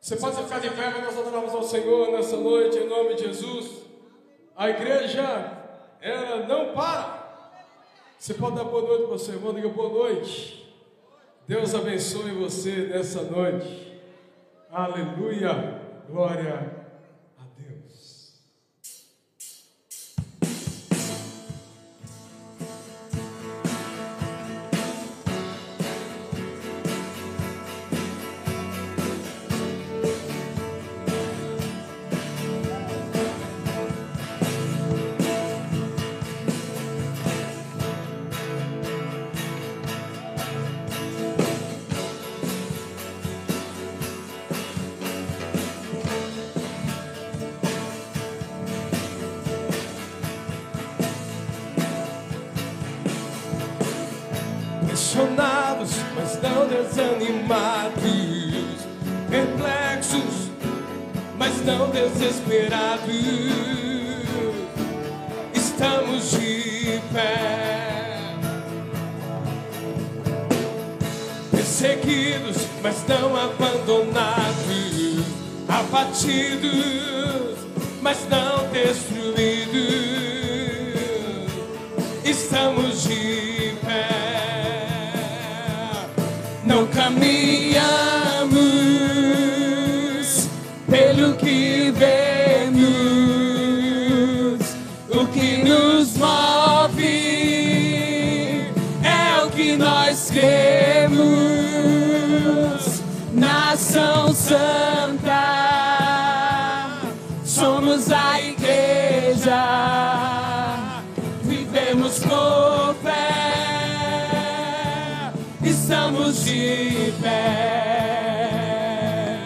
Você pode ficar de pé para nós adorarmos ao Senhor nessa noite, em nome de Jesus. A igreja, ela não para. Você pode dar boa noite para o seu irmão, diga boa noite. Deus abençoe você nessa noite. Aleluia, glória a Deus. Pressionados, mas não desanimados, perplexos, mas não desesperados, estamos de pé. Perseguidos, mas não abandonados, abatidos, mas não destruídos, estamos de pé. Não caminhamos pelo que vemos, o que nos move é o que nós cremos. Nação Santa, somos a igreja, vivemos por fé. Estamos de pé,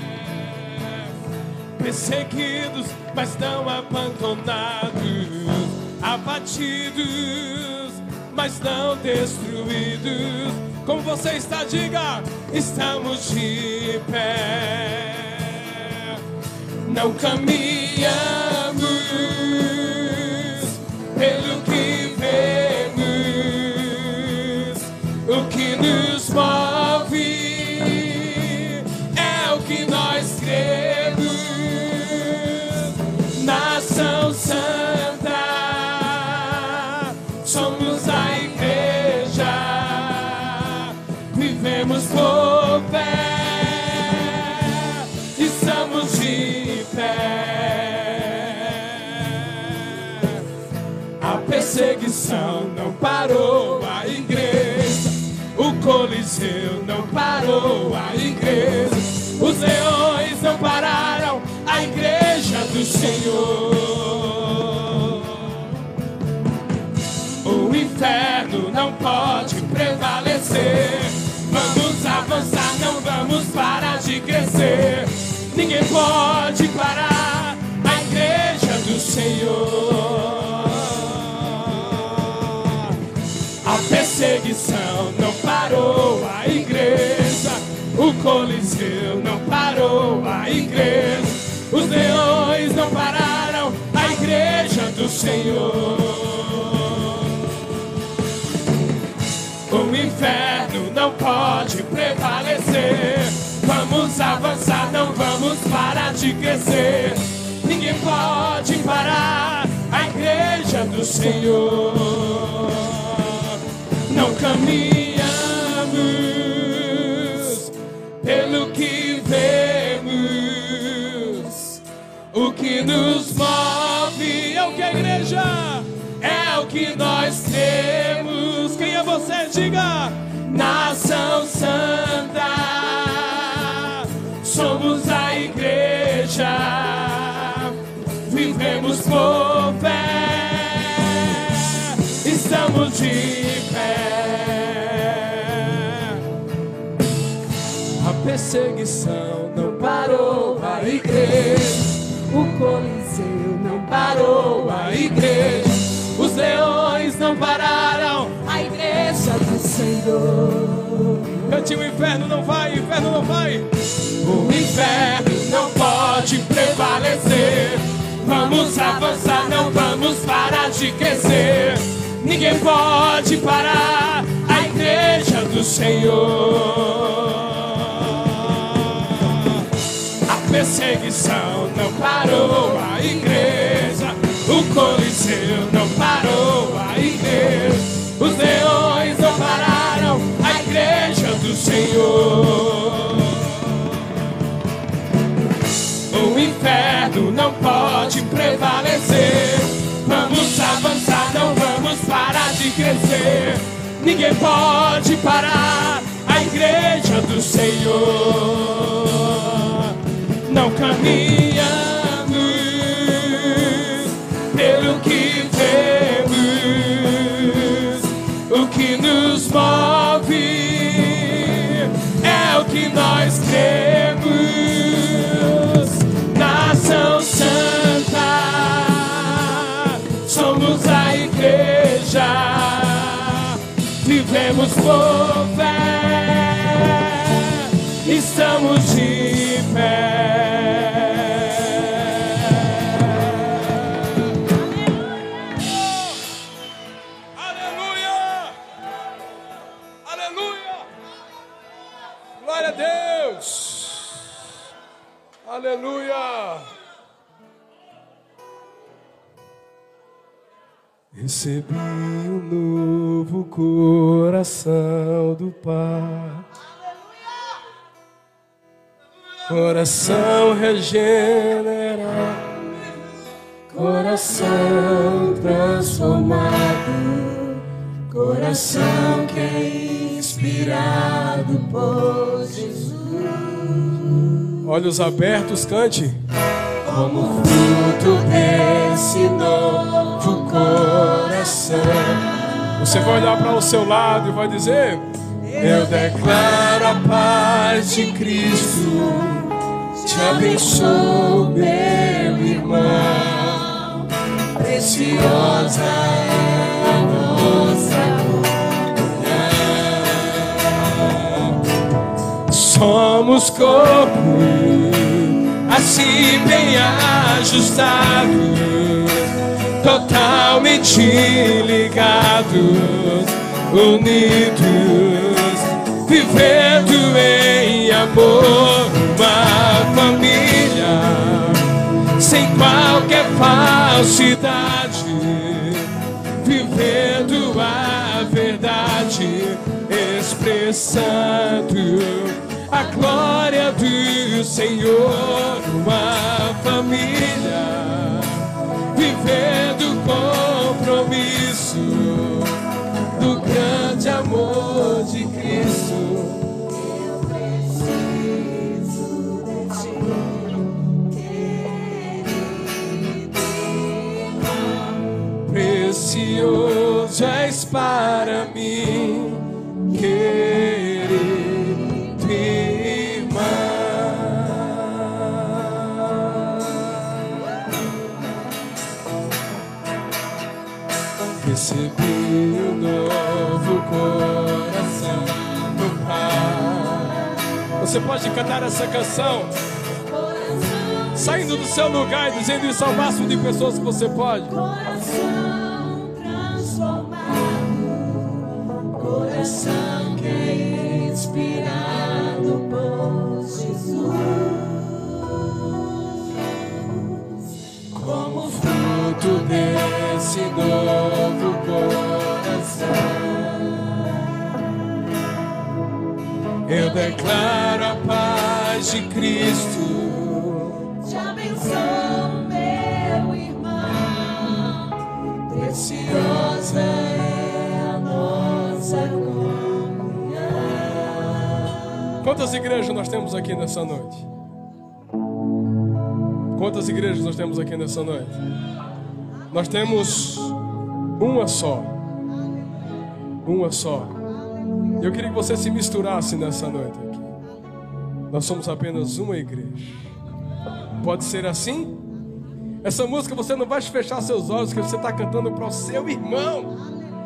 perseguidos, mas não abandonados, abatidos, mas não destruídos. Como você está, diga, estamos de pé. Não caminhamos pelo que vemos, o que nos move é o que nós cremos. Nação Santa, somos a igreja, vivemos por fé, estamos de pé. A perseguição não parou a igreja, o Coliseu não parou a igreja, os leões não pararam a igreja do Senhor. O inferno não pode prevalecer. Vamos avançar, não vamos parar de crescer. Ninguém pode parar a igreja do Senhor. A perseguição não parou a igreja, o Coliseu não parou a igreja, os leões não pararam a igreja do Senhor. O inferno não pode prevalecer. Vamos avançar, não vamos parar de crescer. Ninguém pode parar a igreja do Senhor. Não caminhamos pelo que vemos, o que nos move é o que a igreja, é o que nós temos. Quem é você? Diga! Nação Santa, somos a igreja, vivemos por fé, estamos de pé. A perseguição não parou a igreja, o Coliseu não parou a igreja, os leões não pararam a igreja do Senhor. Cante, o inferno não vai, o inferno não vai. O inferno não pode prevalecer. Vamos avançar, não vamos parar de crescer. Ninguém pode parar a igreja do Senhor. parou a igreja. O Coliseu não parou a igreja. Os leões não pararam a igreja do Senhor. O inferno não pode prevalecer. Vamos avançar, não vamos parar de crescer. Ninguém pode parar a igreja do Senhor. Não caminhamos pelo que vemos. O que nos move é o que nós cremos. Nação Santa, somos a igreja. Vivemos por fé, estamos de pé. Aleluia! Aleluia! Glória a Deus! Aleluia! Recebi um novo coração do Pai. Coração regenerado, coração transformado, coração que é inspirado por Jesus. Olhos abertos, cante. Como fruto desse novo coração. Você vai olhar para o seu lado e vai dizer: eu declaro a paz de Cristo. Te abençoo, meu irmão. Preciosa é a nossa comunhão. Somos corpo, assim bem ajustados, totalmente ligados, unidos, vivendo em amor, uma família, sem qualquer falsidade, vivendo a verdade, expressando a glória do Senhor, uma família, vivendo compromisso do grande amor de Cristo. Eu preciso de ti, querido. Precioso és para mim, querido. Recebi um novo coração do Pai. Você pode cantar essa canção saindo do seu lugar e dizendo isso ao máximo de pessoas que você pode. Coração transformado, coração que é inspirado por Jesus. Como fruto desse novo coração, eu declaro a paz de Cristo. Te abençoo, meu irmão. Preciosa é a nossa comunhão. Quantas igrejas nós temos aqui nessa noite? Quantas igrejas nós temos aqui nessa noite? Nós temos uma só. Uma só. Eu queria que você se misturasse nessa noite aqui. Nós somos apenas uma igreja. Pode ser assim? Essa música você não vai fechar seus olhos, que você está cantando para o seu irmão.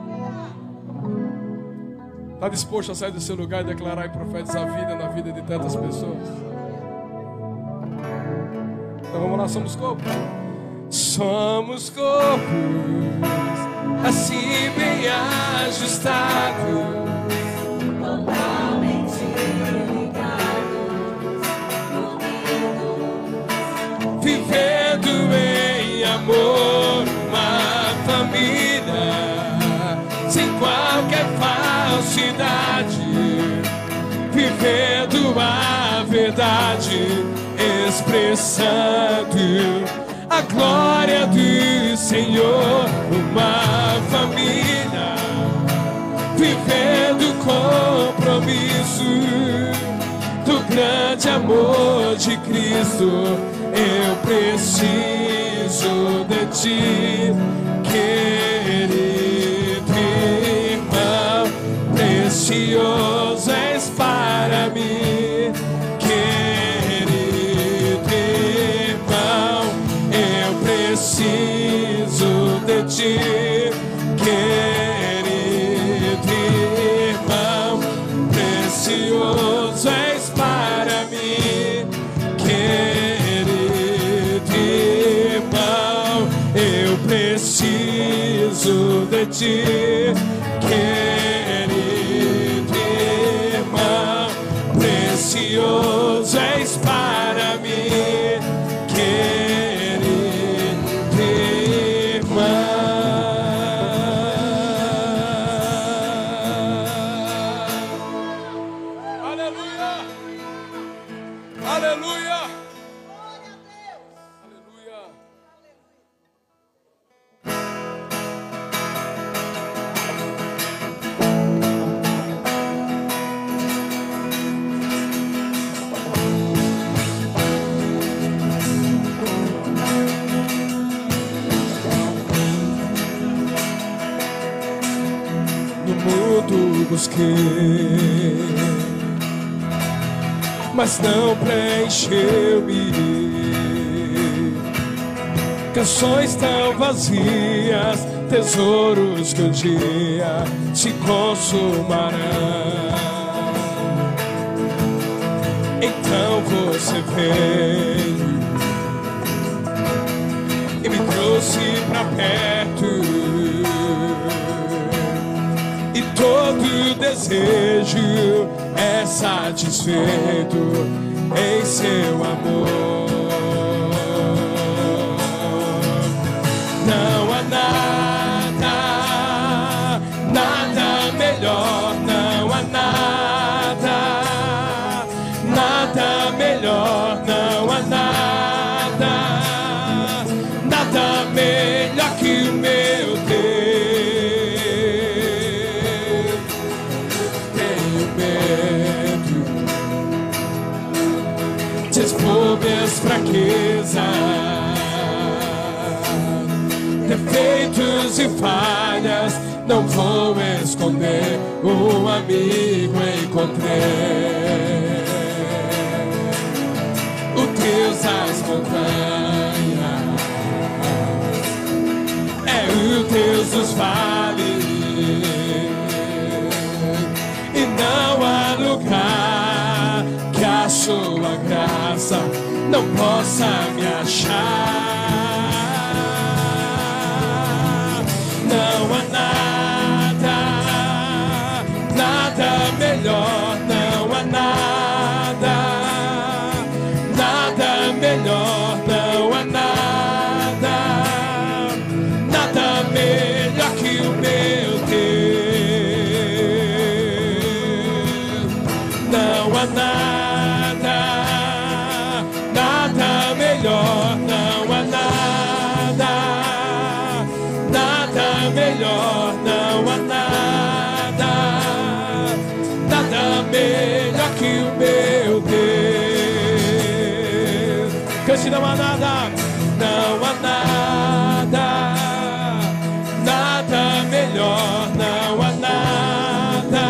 Está disposto a sair do seu lugar e declarar e profetizar a vida na vida de tantas pessoas? Então vamos lá, somos corpo. Somos corpos, assim bem ajustados, totalmente ligados, unidos, viver falsidade, vivendo a verdade, expressando a glória do Senhor. Uma família vivendo compromisso do grande amor de Cristo. Eu preciso de ti, querido irmão, precioso és para mim, querido irmão, eu preciso de ti, querido irmão, precioso és para mim, querido irmão, eu preciso de ti, querido irmão, precioso és para mim, querido irmão. Aleluia! Aleluia! Aleluia! No mundo busquei, mas não preencheu-me. Canções tão vazias, tesouros que um dia se consumarão. Então você veio e me trouxe pra perto, e todo desejo é satisfeito em seu amor. Não há nada, nada melhor, não há nada, nada melhor, não há nada, nada melhor que o meu Deus. Tenho medo de expor minhas fraquezas, defeitos e falhas, não vou esconder, um amigo encontrei, o Deus das montanhas, é o Deus dos vales, e não há lugar que a sua graça não possa me achar. Não há nada, nada melhor, não há nada, nada melhor, não há nada, nada melhor que o meu Deus. Não há nada, nada melhor, não há nada, nada melhor, não há nada, nada melhor que o meu Deus. Cante, não há nada, não há nada, nada melhor, não há nada,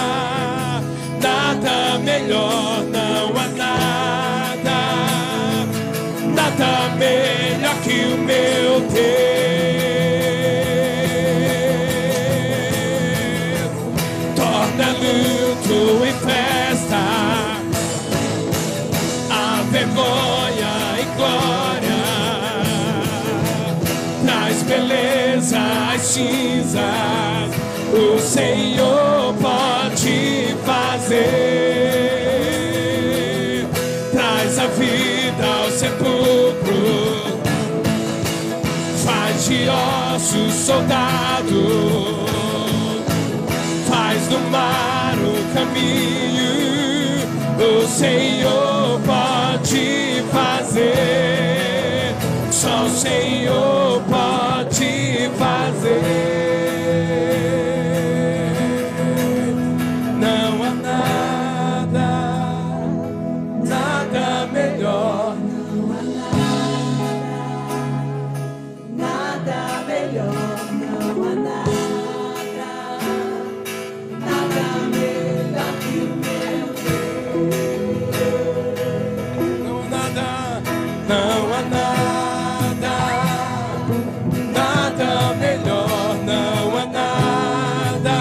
nada melhor, não há nada, nada melhor que o meu Deus. Luto e festa, a vergonha e glória, traz beleza às cinzas, o Senhor pode fazer, traz a vida ao sepulcro, faz de ossos soldado, faz do mar caminho o Senhor pode fazer, só o Senhor pode fazer. Não há nada, nada melhor. Não há nada, nada melhor. Não há nada, nada melhor que o meu Deus. Não há nada, não há nada, nada melhor. Não há nada,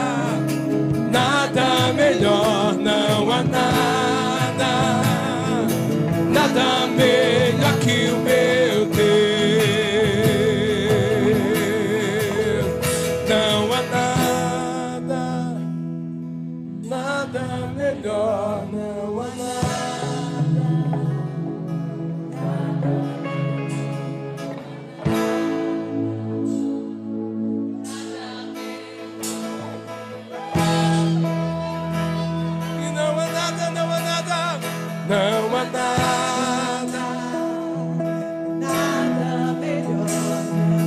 nada melhor. Não há nada, nada melhor que o meu Deus. Não há nada, nada melhor. Não há e não há nada, não há nada, não há nada. Nada melhor.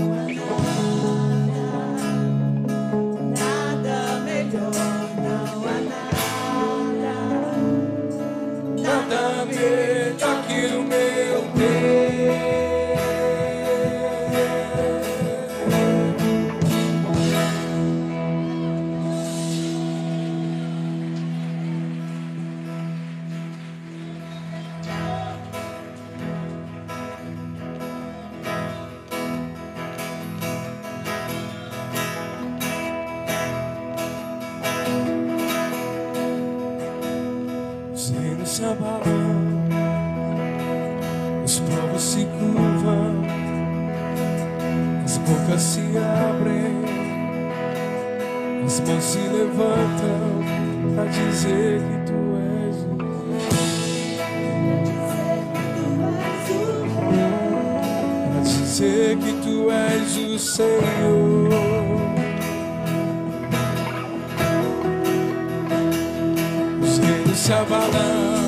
Não há nada, nada melhor. Não há nada, Nada melhor que o meu Deus. Os reinos se abalam, os povos se curvam, as bocas se abrem, as mãos se levantam para dizer que tu és o para dizer que tu és o Senhor. Os reinos se abalam,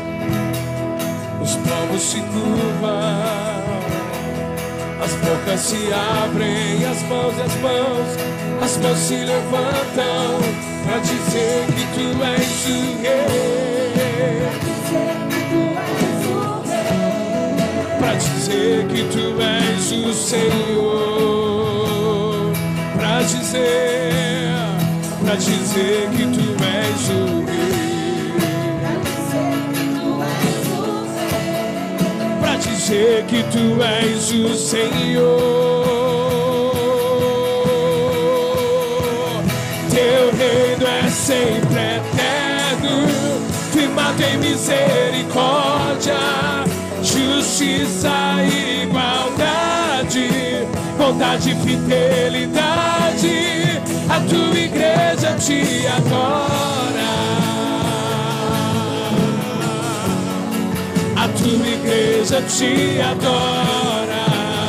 os povos se curvam, as bocas se abrem, as mãos se levantam para dizer que tu és o rei, para dizer que tu és o Senhor, para dizer que tu és o rei, para dizer que tu és o Senhor. Teu reino é sempre eterno, firmado em misericórdia, justiça e igualdade, bondade e fidelidade. A tua igreja te adora, a tua igreja te adora.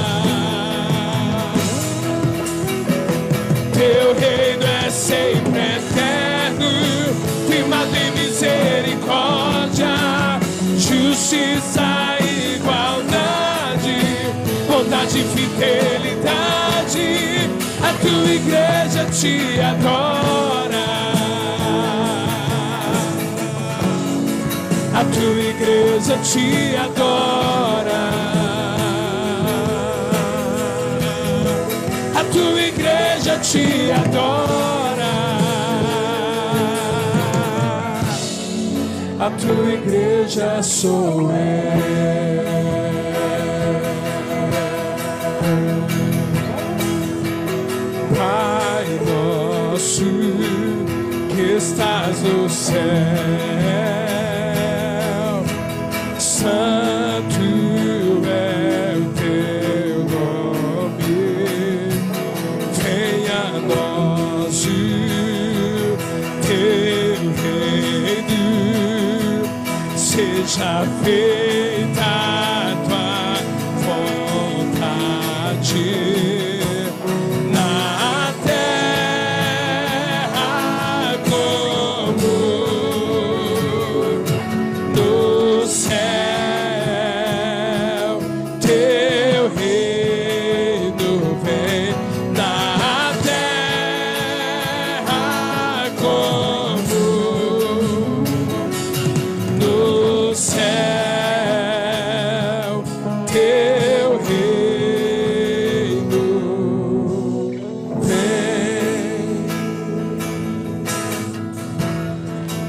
Teu reino é sempre eterno, firmado em misericórdia, justiça e igualdade, bondade e fidelidade. A tua igreja te adora, a tua igreja te adora, a tua igreja te adora, a tua igreja sou eu. Pai nosso que estás no céu, santo é o teu nome, venha a nós o teu reino, seja feita a tua vontade. Na terra como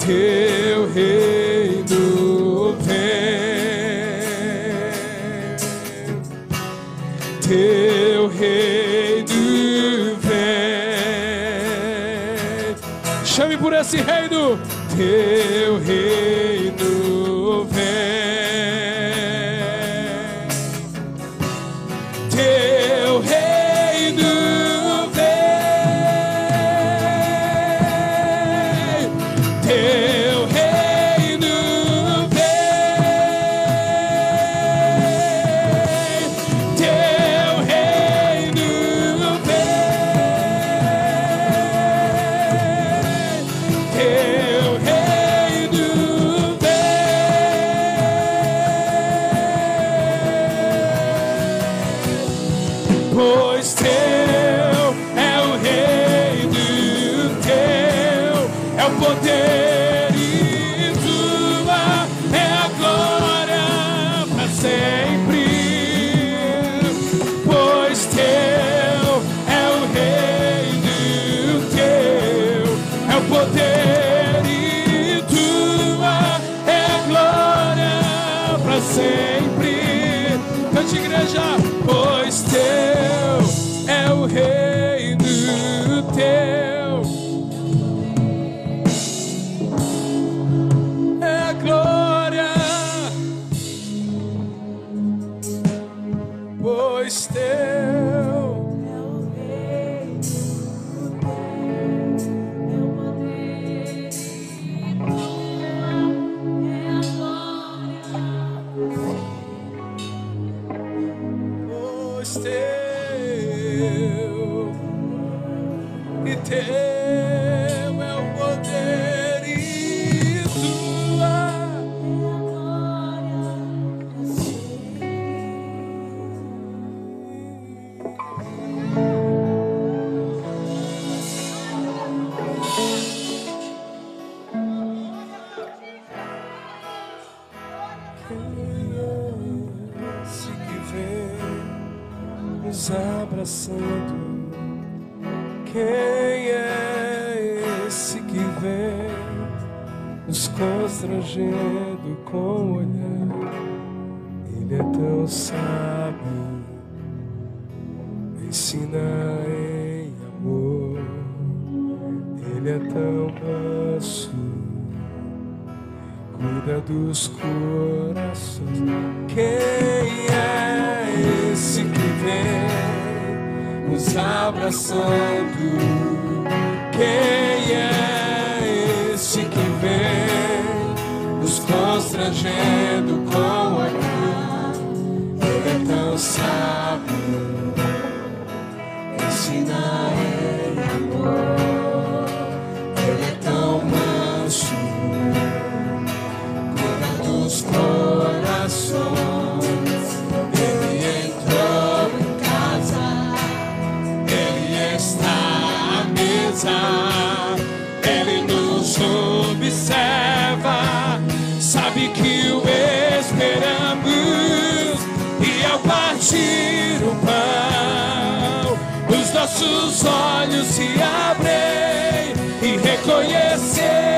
teu reino vem, teu reino vem. Chame por esse reino, teu reino vem, teu reino vem, teu reino vem, teu reino vem, teu reino vem, pois teu é o reino, teu é o poder e tua é a glória para sempre. Pois teu é o reino, teu é o poder e tua é a glória para sempre. Cante, igreja, pois teu é o reino, teu é a glória, pois teu pois teu e teu é o poder e tua. Esse que vem nos abraçando, quem é esse que vem nos constrangendo com o olhar? Ele é tão sábio, ensina em amor. Ele é tão manso, cuida dos corações. Quem é esse que vem nos abraçando? Quem é esse que vem nos constrangendo com o olhar? Ele é tão sábio, ensina em amor. Ele é tão manso, cuida dos corações. Ele entrou em casa, ele está à mesa, ele nos observa, sabe que o esperamos, e ao partir o pão, os nossos olhos se abrem e reconhecemos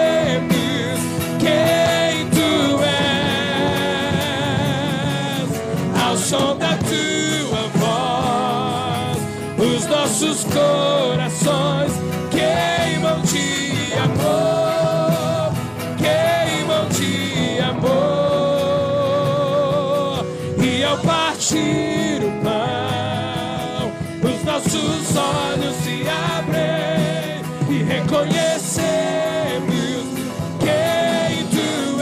quem tu és. Ao som da tua voz, os nossos corações queimam de amor, queimam de amor. E ao partir o pão, os nossos olhos se abrem e reconhecemos quem tu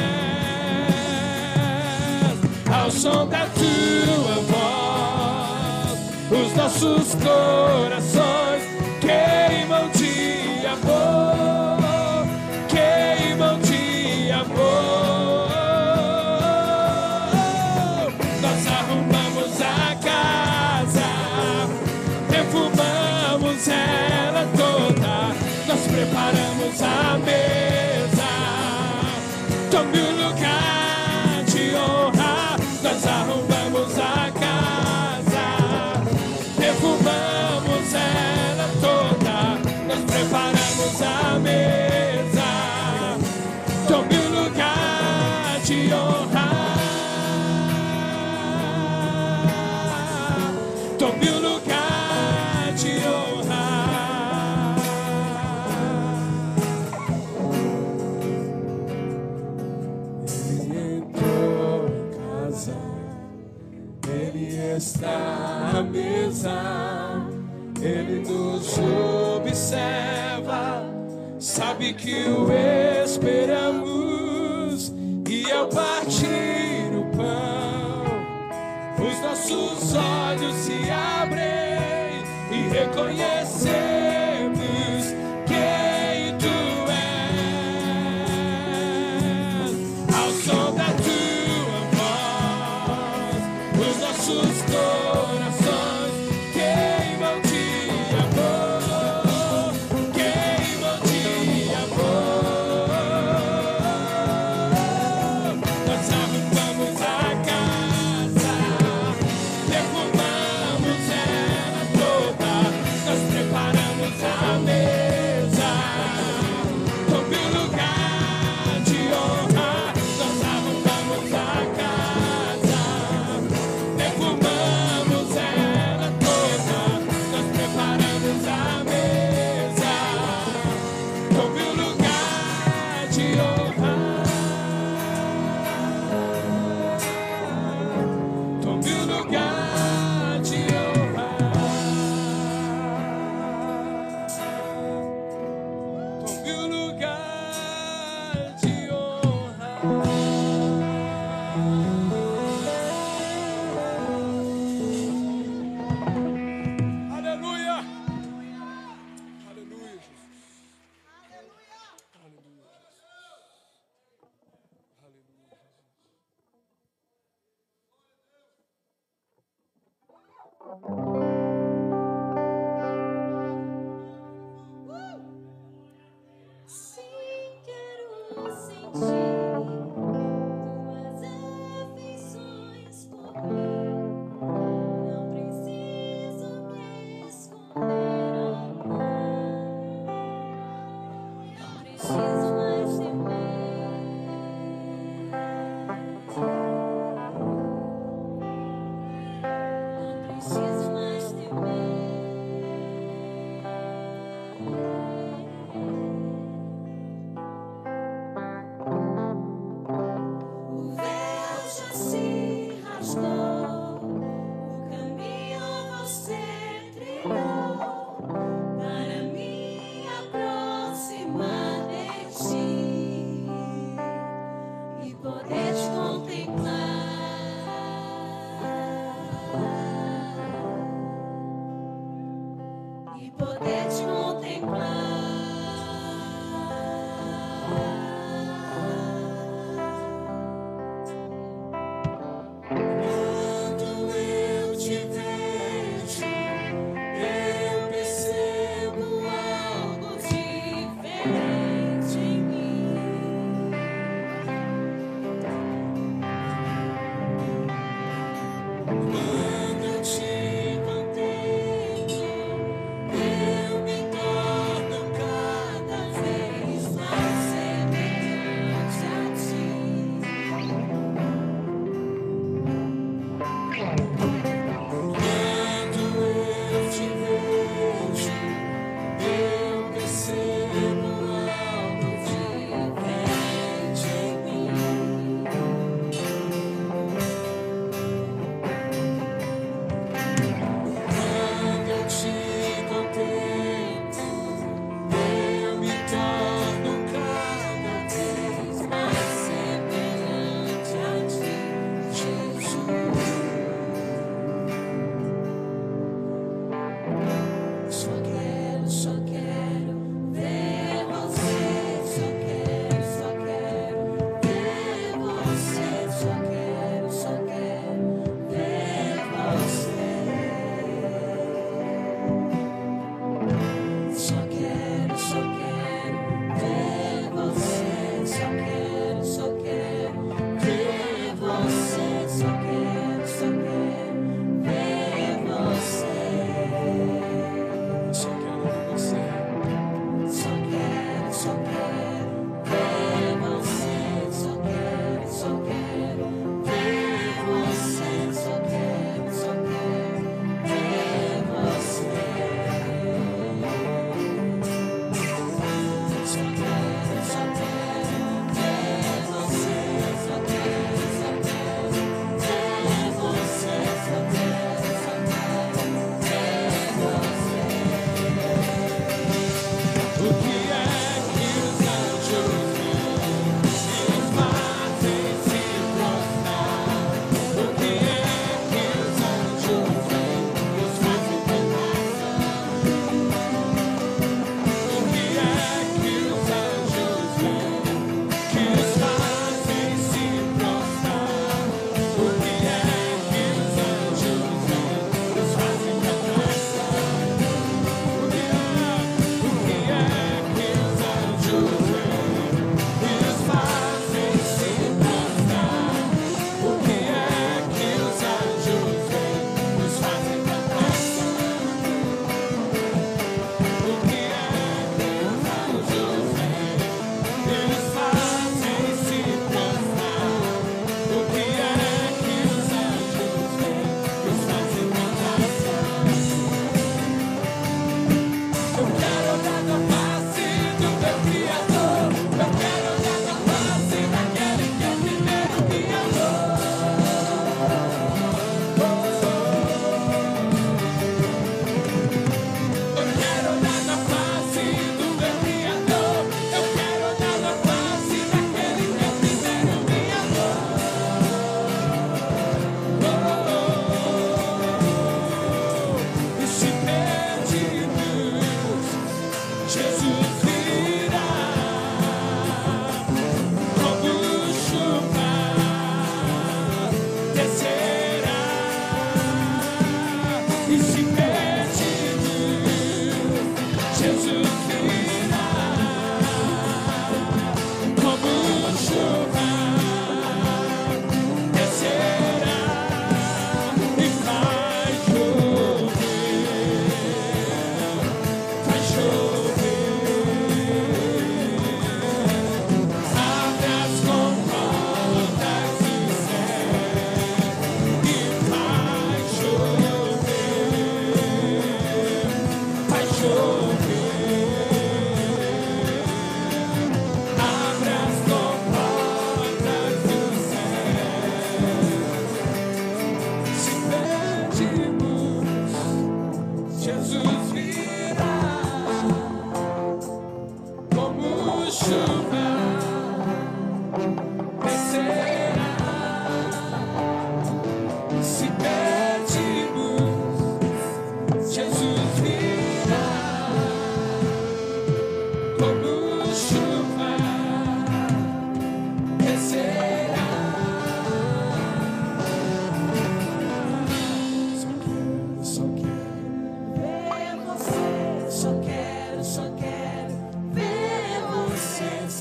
és. Ao som da tua voz, os nossos corações queimam de amor, queimam de amor. Nós arrumamos a casa, perfumamos ela toda, nós preparamos a mesa, tome um lugar de honra. Nós arrumamos a casa, perfumamos ela sabe que o esperamos, e ao partir o pão, os nossos olhos se abrem e reconhecemos quem tu és. Ao som da tua voz, os nossos corações queimam de amor, queimam de amor. Nós arrumamos a casa, defumamos ela toda, nós preparamos a mesa, sob o lugar de honra. Nós arrumamos a casa, defumamos ela toda, nós preparamos a mesa, sob o lugar de honra, sob o lugar de honra, sob o lugar de honra. Aleluia! Aleluia, Jesus. Aleluia! Aleluia, Sim, quero sentir tuas afeições por mim. Não preciso me esconder, não preciso mais temer. Não preciso mais temer. O véu já se rasgou, o caminho você trilhou para me aproximar de ti e poder te contemplar, e poder te contemplar.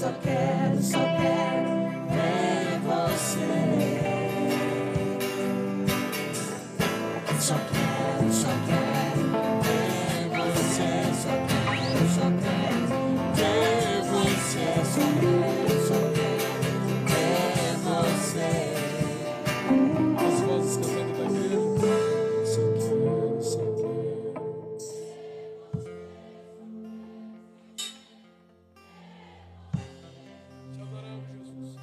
só quero ver você. Só quero ver você. Só quero ver você. Só quero ver você. As vozes cantando da igreja. Só quero. Te adoramos, Jesus.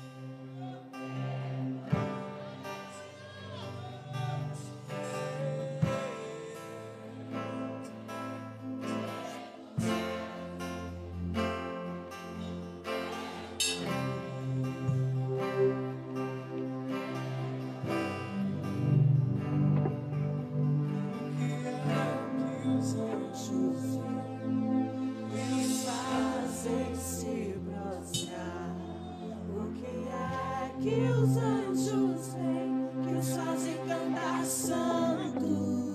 Que os anjos vêm, que os fazem cantar santo.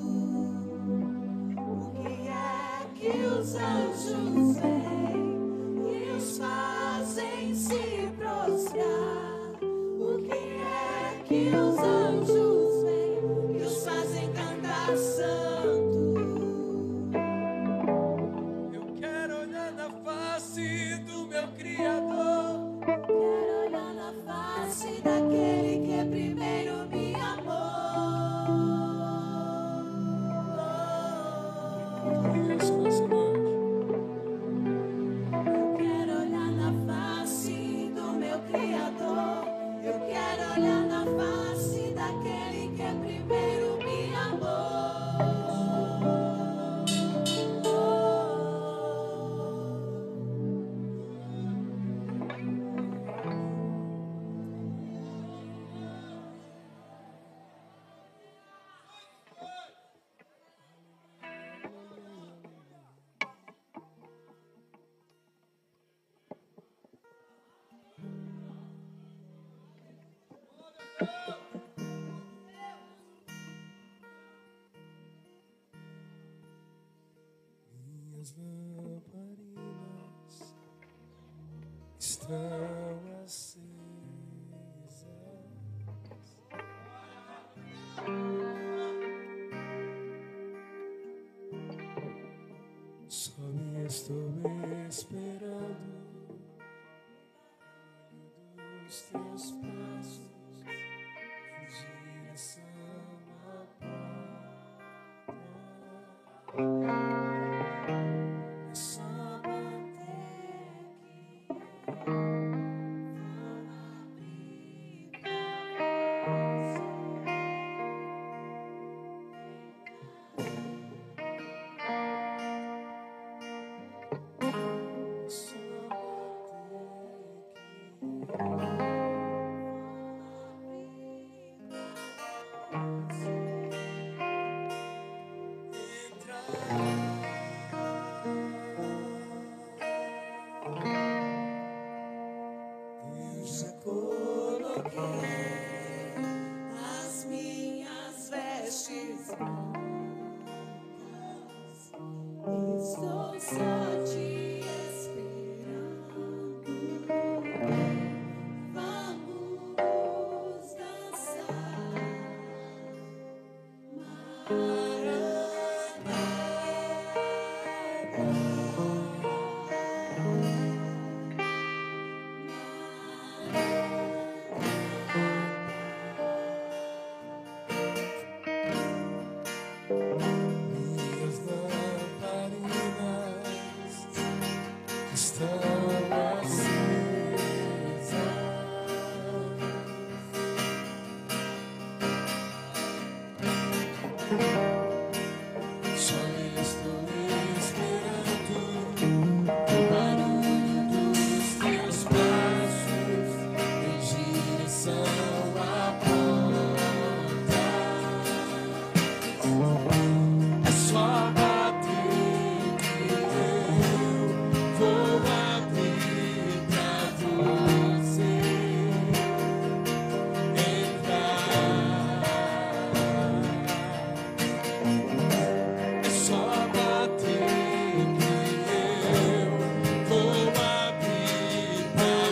O que é que os anjos vêm, que os fazem se prostrar? O que é que os anjos vêm, que os fazem cantar santo? Eu quero olhar na face do meu Criador. Quero olhar na face daquele que primeiro me amou. Isso nessa noite. Eu quero olhar na face do meu Criador. Eu quero olhar na face daquele que primeiro me amou. Minhas lamparinas estão acesas. Só me estou esperando dos teus passos em direção à porta. É só bater que eu vou abrir pra você. É só bater que eu vou abrir pra você. Eu já coloquei as minhas vestes brancas. Estou só te esperando. Vamos dançar. Minhas lamparinas estão acesas. Só estou esperando o barulho dos teus passos em direção à porta. É só bater que eu vou abrir pra você entrar. É só bater que eu vou abrir pra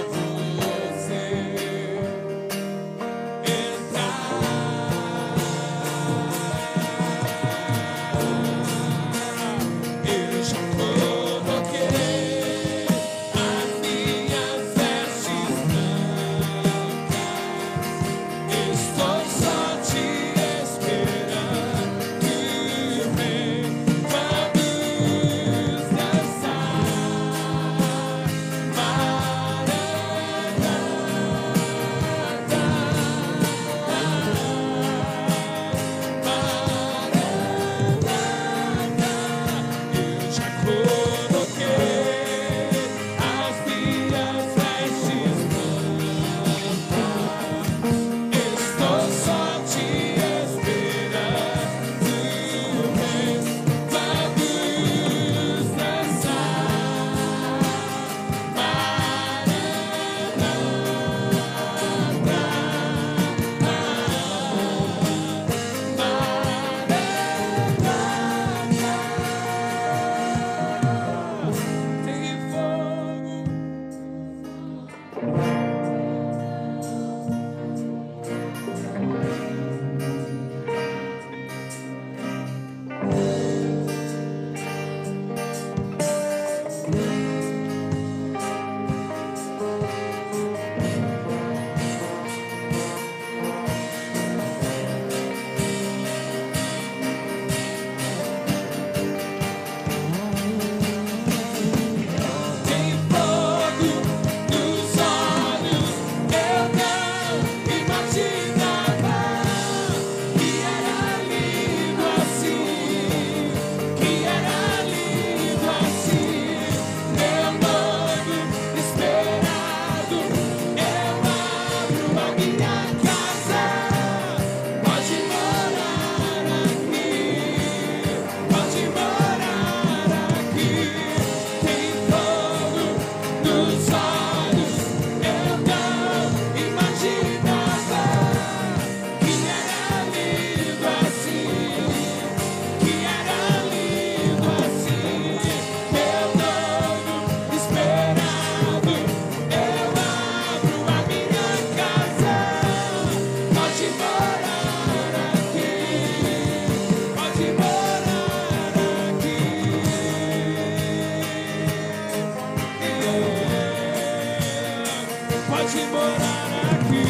pode morar aqui,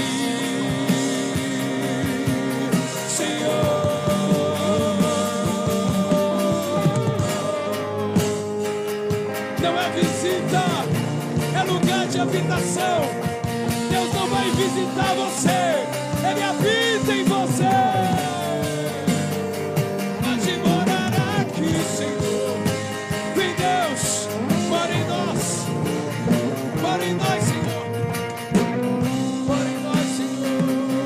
Senhor. Não é visita, é lugar de habitação. Deus não vai visitar você, Ele habita em você. Pode morar aqui, Senhor. Vem, Deus, mora em nós. Mora em nós, Senhor. Mora em nós, Senhor.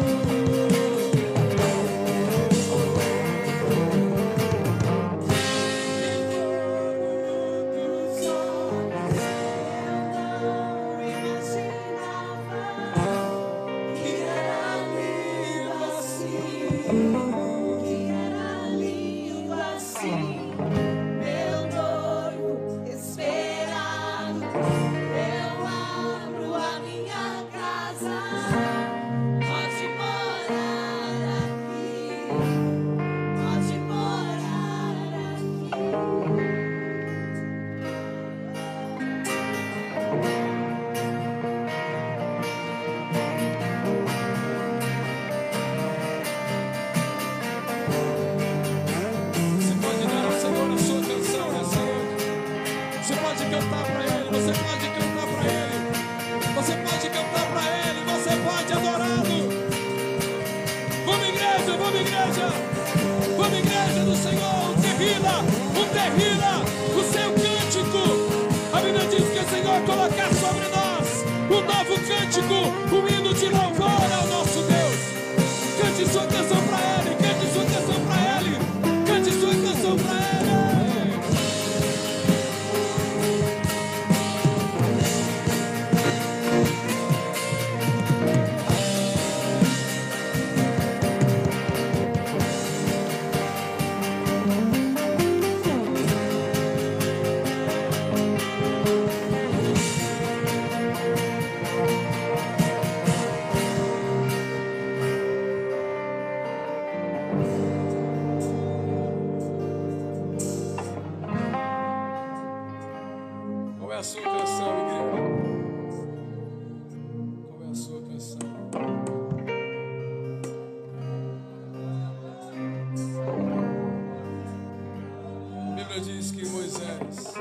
Diz que Moisés,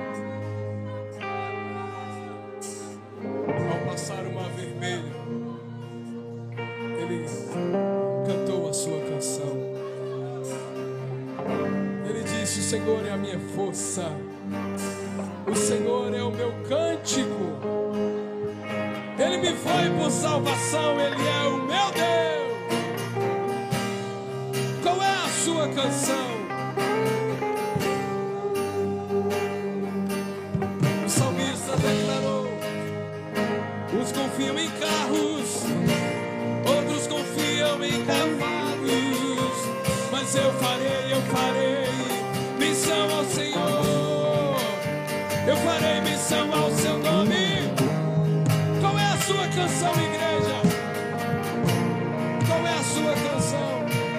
ao passar o mar vermelho, ele cantou a sua canção. Ele disse: o Senhor é a minha força, o Senhor é o meu cântico, Ele me foi por salvação, Ele é o meu Deus. Qual é a sua canção? Declarou: uns confiam em carros, outros confiam em cavalos, mas eu farei missão ao Senhor, eu farei missão ao seu nome. Qual é a sua canção, igreja? Qual é a sua canção?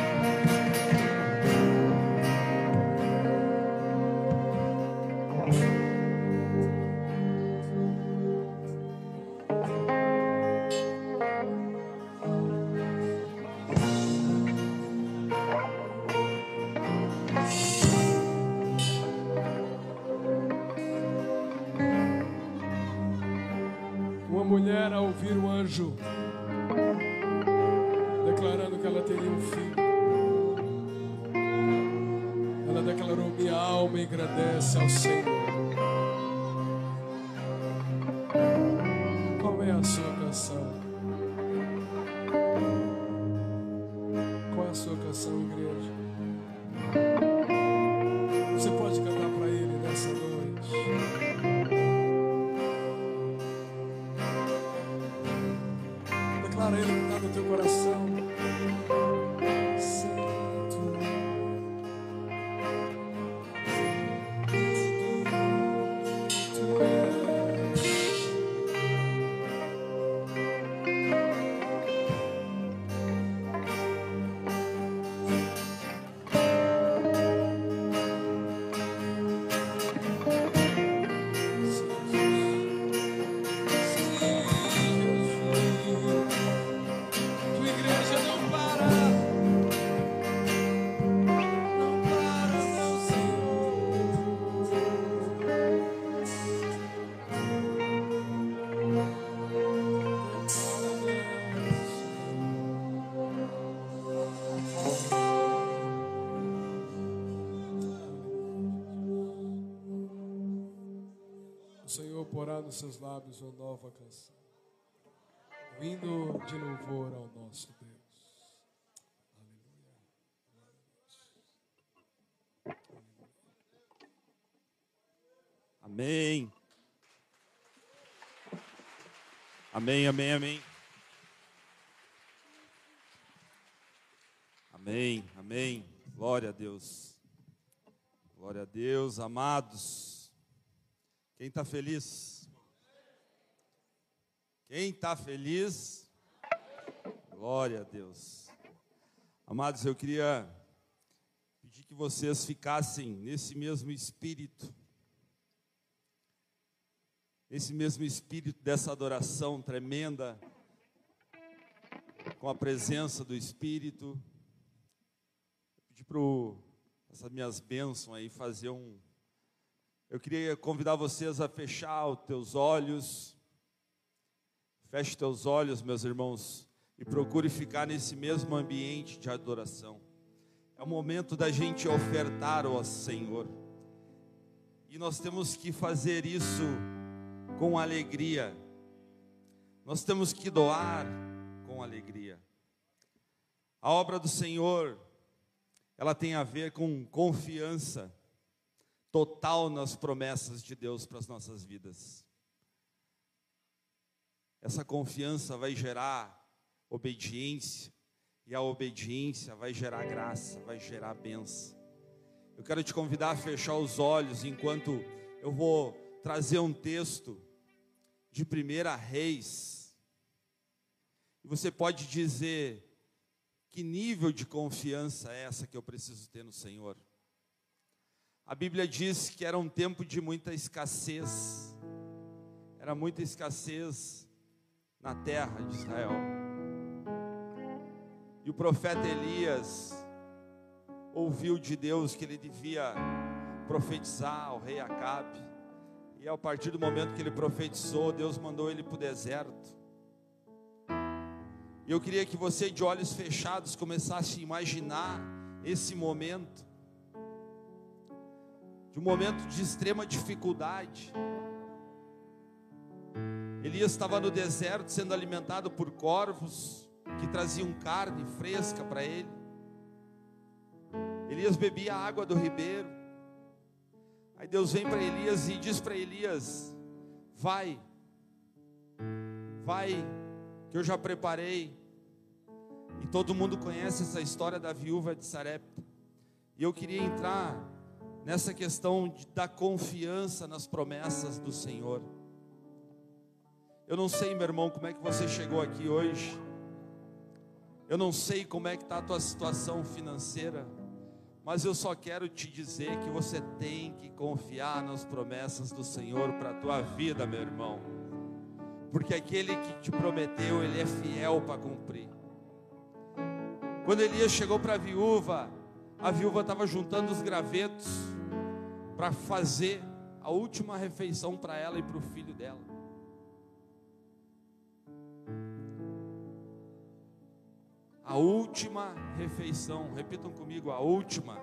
Mulher, ao ouvir o anjo declarando que ela teria um filho, ela declarou: minha alma engrandece ao Senhor. Qual é a sua canção? Qual é a sua canção, igreja? Você pode cantar para Ele nessa noite. Declara Ele que está no teu coração. Santo, Tu és. Sim, Jesus. imporá nos seus lábios uma nova canção, um hino de louvor ao nosso Deus. Aleluia. Amém. Amém, amém, amém. Amém, amém. Glória a Deus. Glória a Deus, amados. Quem está feliz? Quem está feliz? Glória a Deus. Amados, eu queria pedir que vocês ficassem nesse mesmo espírito. Esse mesmo espírito dessa adoração tremenda, com a presença do Espírito. Eu pedi para essas minhas bênçãos aí fazer Eu queria convidar vocês a fechar os teus olhos. Feche teus olhos, meus irmãos, e procure ficar nesse mesmo ambiente de adoração. É o momento da gente ofertar ao Senhor. E nós temos que fazer isso com alegria. Nós temos que doar com alegria. A obra do Senhor, ela tem a ver com confiança total nas promessas de Deus para as nossas vidas. Essa confiança vai gerar obediência, e a obediência vai gerar graça, vai gerar bênção. Eu quero te convidar a fechar os olhos enquanto eu vou trazer um texto de 1 Reis. E você pode dizer: que nível de confiança é essa que eu preciso ter no Senhor? A Bíblia diz que era um tempo de muita escassez. Era muita escassez na terra de Israel. E o profeta Elias ouviu de Deus que ele devia profetizar ao rei Acabe. E a partir do momento que ele profetizou, Deus mandou ele para o deserto. E eu queria que você, de olhos fechados, começasse a imaginar esse momento, de um momento de extrema dificuldade. Elias estava no deserto sendo alimentado por corvos que traziam carne fresca para ele. Elias bebia a água do ribeiro. Aí Deus vem para Elias e diz para Elias: vai, que eu já preparei. E todo mundo conhece essa história da viúva de Sarepta. E eu queria entrar nessa questão da confiança nas promessas do Senhor. Eu não sei, meu irmão, como é que você chegou aqui hoje. Eu não sei como é que está a tua situação financeira. Mas eu só quero te dizer que você tem que confiar nas promessas do Senhor para a tua vida, meu irmão. Porque aquele que te prometeu, Ele é fiel para cumprir. Quando Elias chegou para a viúva estava juntando os gravetos para fazer a última refeição para ela e para o filho dela. A última refeição, repitam comigo, a última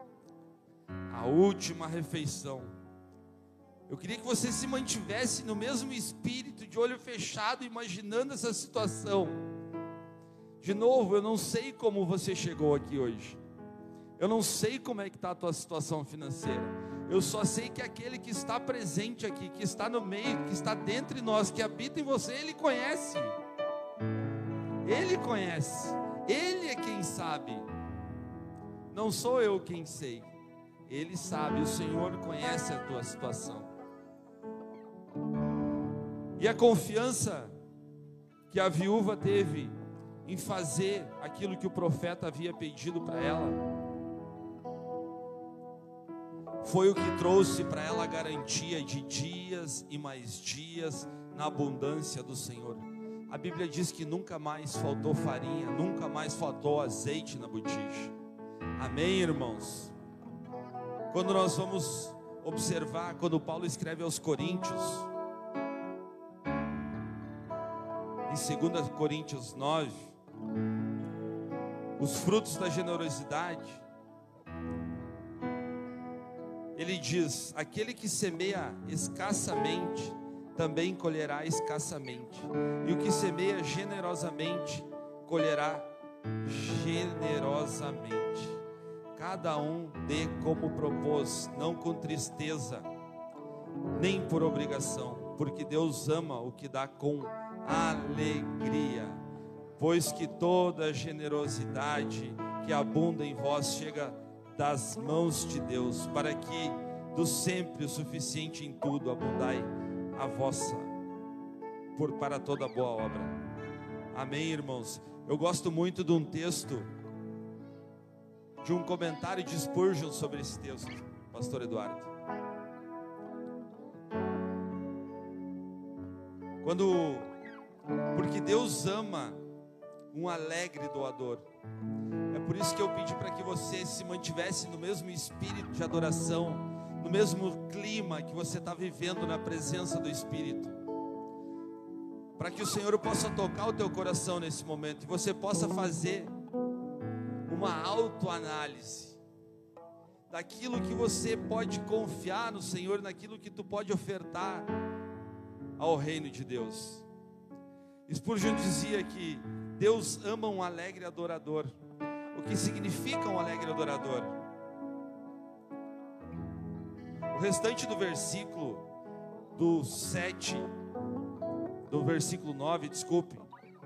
refeição. Eu queria que você se mantivesse no mesmo espírito, de olho fechado, imaginando essa situação. De novo, eu não sei como você chegou aqui hoje. Eu não sei como é que está a tua situação financeira. Eu só sei que aquele que está presente aqui, que está no meio, que está dentre nós, que habita em você, Ele conhece. Ele conhece. Ele é quem sabe. Não sou eu quem sei. Ele sabe, o Senhor conhece a tua situação. E a confiança que a viúva teve em fazer aquilo que o profeta havia pedido para ela, foi o que trouxe para ela a garantia de dias e mais dias na abundância do Senhor. A Bíblia diz que nunca mais faltou farinha, nunca mais faltou azeite na botija. Amém, irmãos? Quando nós vamos observar, quando Paulo escreve aos Coríntios, em 2 Coríntios 9, os frutos da generosidade, ele diz: aquele que semeia escassamente também colherá escassamente. E o que semeia generosamente, colherá generosamente. Cada um dê como propôs, não com tristeza, nem por obrigação, porque Deus ama o que dá com alegria. Pois que toda generosidade que abunda em vós chega das mãos de Deus, para que do sempre o suficiente em tudo abundai a vossa, para toda boa obra. Amém, irmãos? Eu gosto muito de um texto, de um comentário de Spurgeon sobre esse texto, pastor Eduardo. Porque Deus ama um alegre doador. É por isso que eu pedi para que você se mantivesse no mesmo espírito de adoração, no mesmo clima que você está vivendo na presença do Espírito, para que o Senhor possa tocar o teu coração nesse momento e você possa fazer uma autoanálise daquilo que você pode confiar no Senhor, naquilo que tu pode ofertar ao reino de Deus. Spurgeon dizia que Deus ama um alegre adorador. O que significa um alegre adorador? O restante do versículo do 7, do versículo 9, desculpe,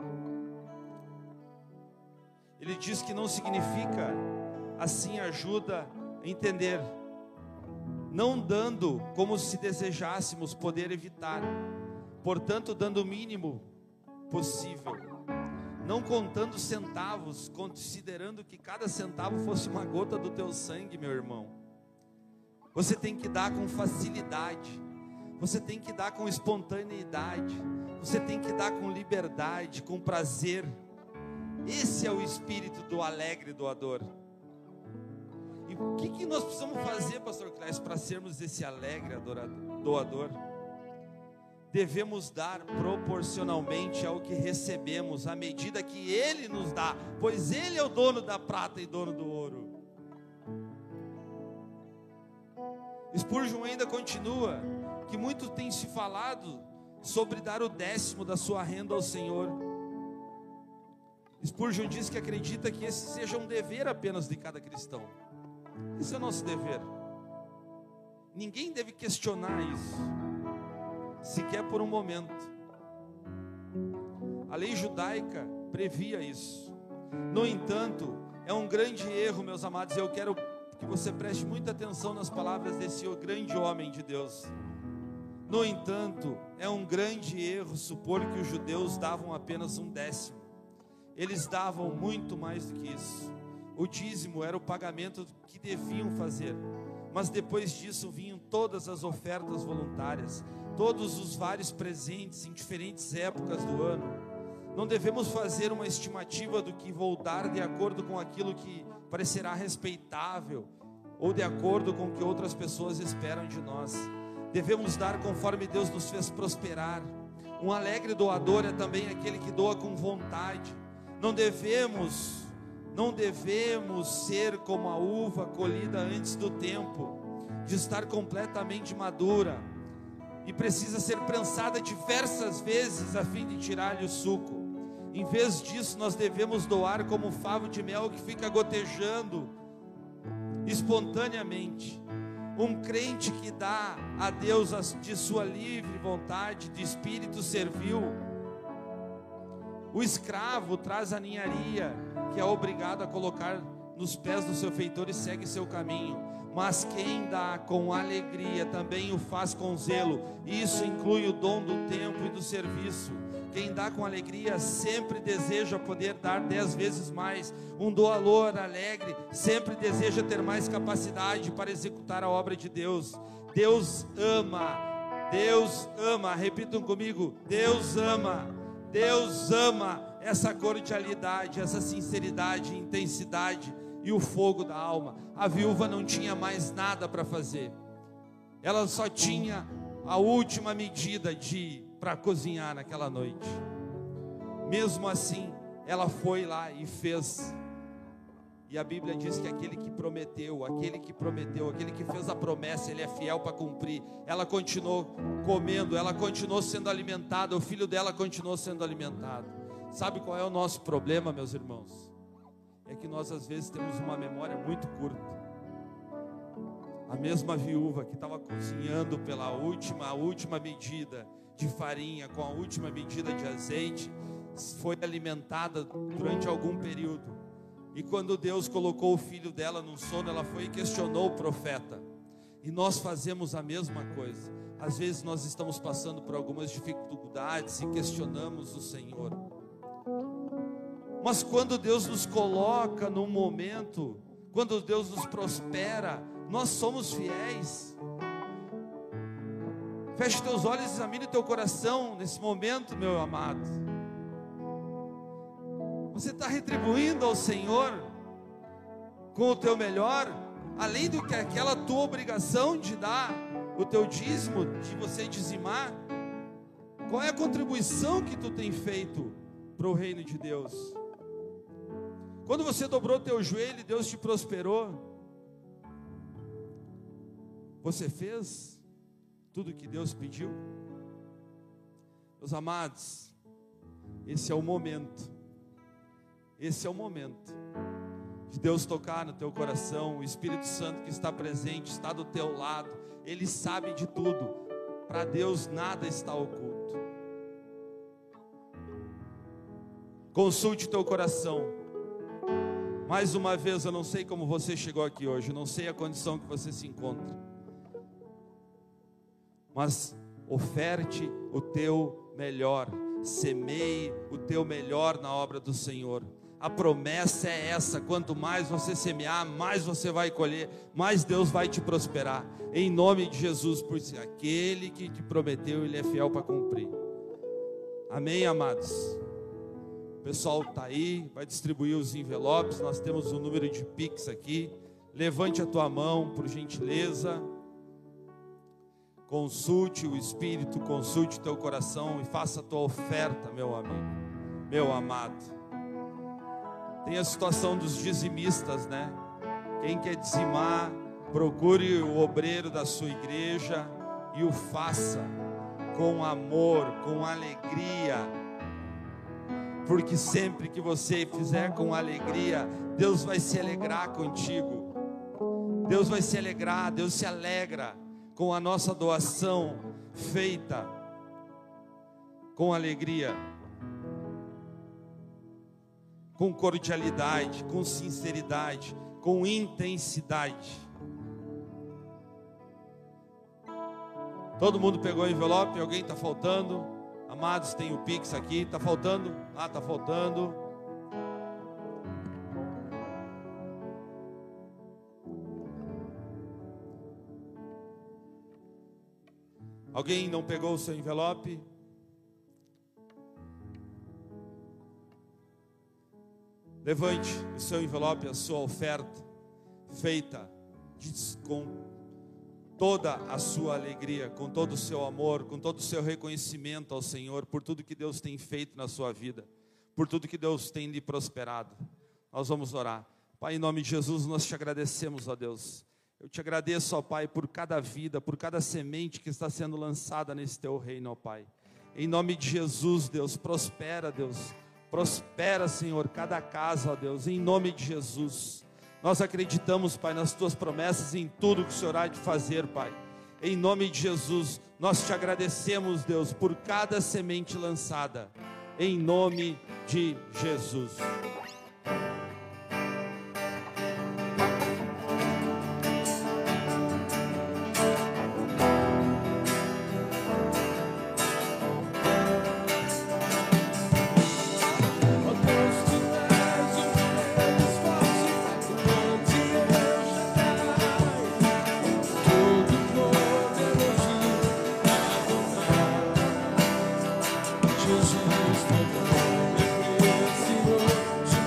ele diz que não significa, assim ajuda a entender, não dando como se desejássemos poder evitar, portanto dando o mínimo possível, não contando centavos, considerando que cada centavo fosse uma gota do teu sangue, meu irmão. Você tem que dar com facilidade, você tem que dar com espontaneidade, você tem que dar com liberdade, com prazer. Esse é o espírito do alegre doador. E o que nós precisamos fazer, pastor Clécio, para sermos esse alegre doador? Devemos dar proporcionalmente ao que recebemos, à medida que Ele nos dá, pois Ele é o dono da prata e dono do ouro. Spurgeon ainda continua, que muito tem se falado sobre dar o 10º da sua renda ao Senhor. Spurgeon diz que acredita que esse seja um dever apenas de cada cristão. Esse é o nosso dever. Ninguém deve questionar isso, sequer por um momento. A lei judaica previa isso. No entanto, é um grande erro, meus amados. Eu quero que você preste muita atenção nas palavras desse grande homem de Deus. No entanto, é um grande erro supor que os judeus davam apenas um 10º. Eles davam muito mais do que isso. O dízimo era o pagamento que deviam fazer, mas depois disso vinham todas as ofertas voluntárias, todos os vários presentes em diferentes épocas do ano. Não devemos fazer uma estimativa do que vou dar de acordo com aquilo que parecerá respeitável ou de acordo com o que outras pessoas esperam de nós. Devemos dar conforme Deus nos fez prosperar. Um alegre doador é também aquele que doa com vontade. Não devemos ser como a uva colhida antes do tempo de estar completamente madura e precisa ser prensada diversas vezes a fim de tirar-lhe o suco. Em vez disso, nós devemos doar como um favo de mel que fica gotejando espontaneamente. Um crente que dá a Deus de sua livre vontade, de espírito servil. O escravo traz a ninharia, que é obrigado a colocar nos pés do seu feitor e segue seu caminho. Mas quem dá com alegria também o faz com zelo. Isso inclui o dom do tempo e do serviço. Quem dá com alegria sempre deseja poder dar 10 vezes mais. Um doador alegre sempre deseja ter mais capacidade para executar a obra de Deus. Deus ama, repitam comigo, Deus ama essa cordialidade, essa sinceridade, intensidade e o fogo da alma. A viúva não tinha mais nada para fazer, ela só tinha a última medida para cozinhar naquela noite. Mesmo assim, ela foi lá e fez, E a Bíblia diz que aquele que prometeu, aquele que fez a promessa, ele é fiel para cumprir. Ela continuou comendo, ela continuou sendo alimentada, o filho dela continuou sendo alimentado. Sabe qual é o nosso problema, meus irmãos? É que nós às vezes temos uma memória muito curta. A mesma viúva que estava cozinhando pela última medida de farinha, com a última medida de azeite, foi alimentada durante algum período. E quando Deus colocou o filho dela num sono, ela foi e questionou o profeta. E nós fazemos a mesma coisa. Às vezes nós estamos passando por algumas dificuldades e questionamos o Senhor. Mas quando Deus nos coloca num momento, quando Deus nos prospera, nós somos fiéis. Feche teus olhos e examine teu coração nesse momento, meu amado. Você está retribuindo ao Senhor com o teu melhor, além do que aquela tua obrigação de dar o teu dízimo, de você dizimar? Qual é a contribuição que tu tem feito para o reino de Deus? Quando você dobrou teu joelho e Deus te prosperou, você fez tudo o que Deus pediu? Meus amados, esse é o momento. Esse é o momento de Deus tocar no teu coração. O Espírito Santo que está presente, está do teu lado. Ele sabe de tudo. Para Deus nada está oculto. Consulte teu coração. Mais uma vez, eu não sei como você chegou aqui hoje, eu não sei a condição que você se encontra, mas oferte o teu melhor, semeie o teu melhor na obra do Senhor. A promessa é essa: quanto mais você semear, mais você vai colher, mais Deus vai te prosperar, em nome de Jesus, porque aquele que te prometeu, Ele é fiel para cumprir. Amém, amados? O pessoal está aí, vai distribuir os envelopes, nós temos o número de Pix aqui. Levante a tua mão, por gentileza. Consulte o Espírito, consulte o teu coração e faça a tua oferta, meu amigo, meu amado. Tem a situação dos dizimistas, né? Quem quer dizimar, procure o obreiro da sua igreja e o faça com amor, com alegria, porque sempre que você fizer com alegria, Deus vai se alegrar contigo. Deus vai se alegrar, Deus se alegra com a nossa doação feita com alegria, com cordialidade, com sinceridade, com intensidade. Todo mundo pegou o envelope? Alguém está faltando? Amados, tem o Pix aqui. Está faltando? Ah, está faltando. Alguém não pegou o seu envelope? Levante o seu envelope, a sua oferta, feita com toda a sua alegria, com todo o seu amor, com todo o seu reconhecimento ao Senhor, por tudo que Deus tem feito na sua vida, por tudo que Deus tem lhe prosperado. Nós vamos orar. Pai, em nome de Jesus, nós te agradecemos, ó Deus. Eu te agradeço, ó Pai, por cada vida, por cada semente que está sendo lançada nesse teu reino, ó Pai. Em nome de Jesus, Deus, prospera, Deus. Prospera, Senhor, cada casa, ó Deus, em nome de Jesus. Nós acreditamos, Pai, nas tuas promessas, em tudo que o Senhor há de fazer, Pai. Em nome de Jesus, nós te agradecemos, Deus, por cada semente lançada, em nome de Jesus. Jesus, teu nome é precioso.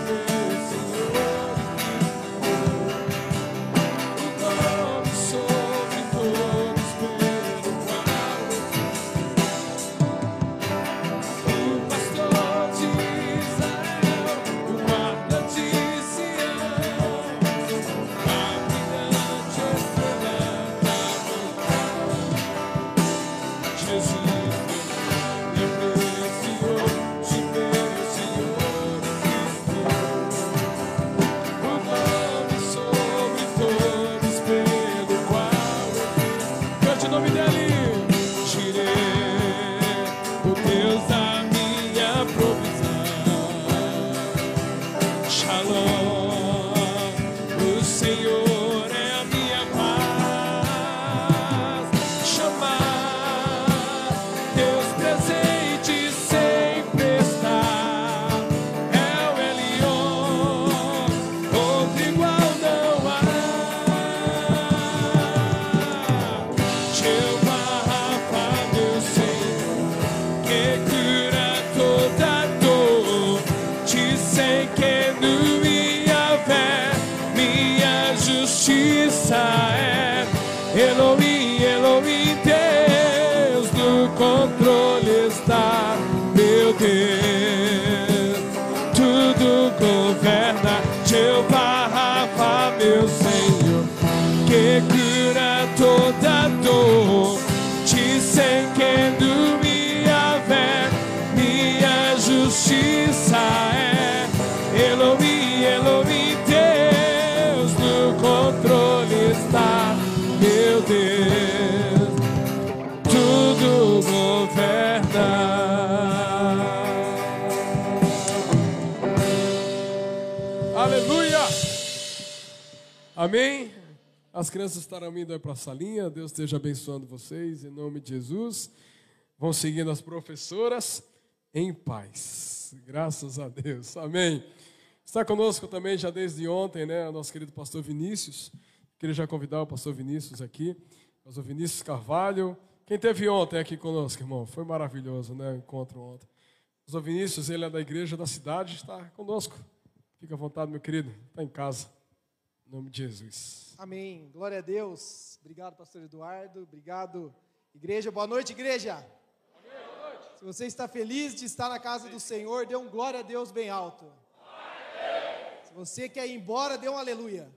Israel, Elohim, Elohim, Deus no controle está, meu Deus, tudo governa. Aleluia! Amém? As crianças estarão indo para a salinha. Deus esteja abençoando vocês, em nome de Jesus. Vão seguindo as professoras em paz. Graças a Deus. Amém. Está conosco também já desde ontem, né, o nosso querido pastor Vinícius. Queria já convidar o pastor Vinícius aqui. Pastor Vinícius Carvalho. Quem teve ontem aqui conosco, irmão? Foi maravilhoso, né, o encontro ontem. Pastor Vinícius, ele é da igreja da cidade, está conosco. Fica à vontade, meu querido. Está em casa. Em nome de Jesus. Amém. Glória a Deus. Obrigado, pastor Eduardo. Obrigado, igreja. Boa noite, igreja. Boa noite. Se você está feliz de estar na casa do Senhor, dê um glória a Deus bem alto. Se você quer ir embora, dê um aleluia.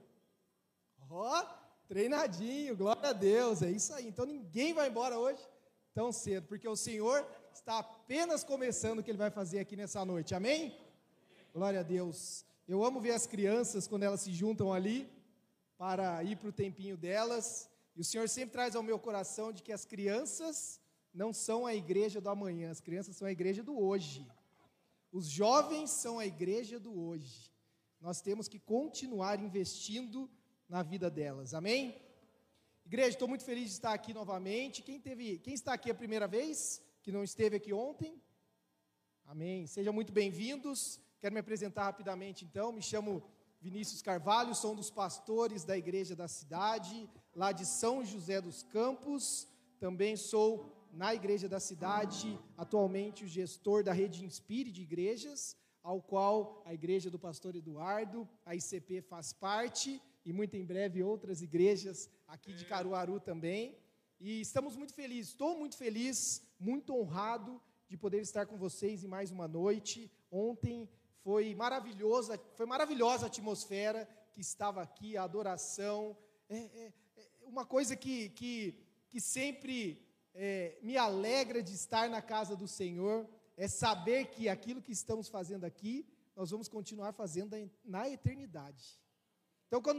Treinadinho, glória a Deus. É isso aí. Então ninguém vai embora hoje tão cedo, porque o Senhor está apenas começando o que Ele vai fazer aqui nessa noite. Amém? Glória a Deus. Eu amo ver as crianças quando elas se juntam ali para ir para o tempinho delas. E o Senhor sempre traz ao meu coração de que as crianças não são a igreja do amanhã, as crianças são a igreja do hoje. Os jovens são a igreja do hoje. Nós temos que continuar investindo na vida delas. Amém? Igreja, estou muito feliz de estar aqui novamente. Quem está aqui a primeira vez, que não esteve aqui ontem? Amém. Sejam muito bem-vindos. Quero me apresentar rapidamente, então. Me chamo Vinícius Carvalho, sou um dos pastores da igreja da cidade, lá de São José dos Campos. Também sou, na igreja da cidade, atualmente o gestor da Rede Inspire de igrejas, ao qual a igreja do pastor Eduardo, a ICP, faz parte, e muito em breve outras igrejas aqui de Caruaru também. E estamos muito felizes, estou muito feliz, muito honrado de poder estar com vocês em mais uma noite. Ontem foi maravilhosa a atmosfera que estava aqui, a adoração. Uma coisa que sempre me alegra de estar na casa do Senhor, é saber que aquilo que estamos fazendo aqui, nós vamos continuar fazendo na eternidade. Então, quando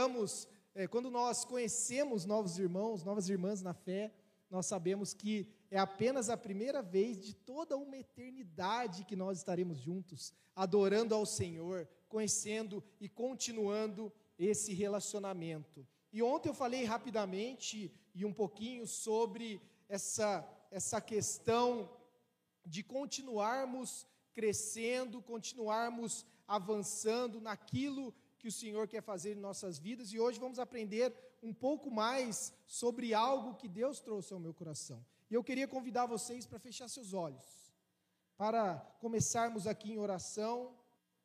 nós conhecemos novos irmãos, novas irmãs na fé, nós sabemos que é apenas a primeira vez de toda uma eternidade que nós estaremos juntos, adorando ao Senhor, conhecendo e continuando esse relacionamento. E ontem eu falei rapidamente e um pouquinho sobre essa questão de continuarmos crescendo, continuarmos avançando naquilo que o Senhor quer fazer em nossas vidas. E hoje vamos aprender um pouco mais sobre algo que Deus trouxe ao meu coração. E eu queria convidar vocês para fechar seus olhos, para começarmos aqui em oração,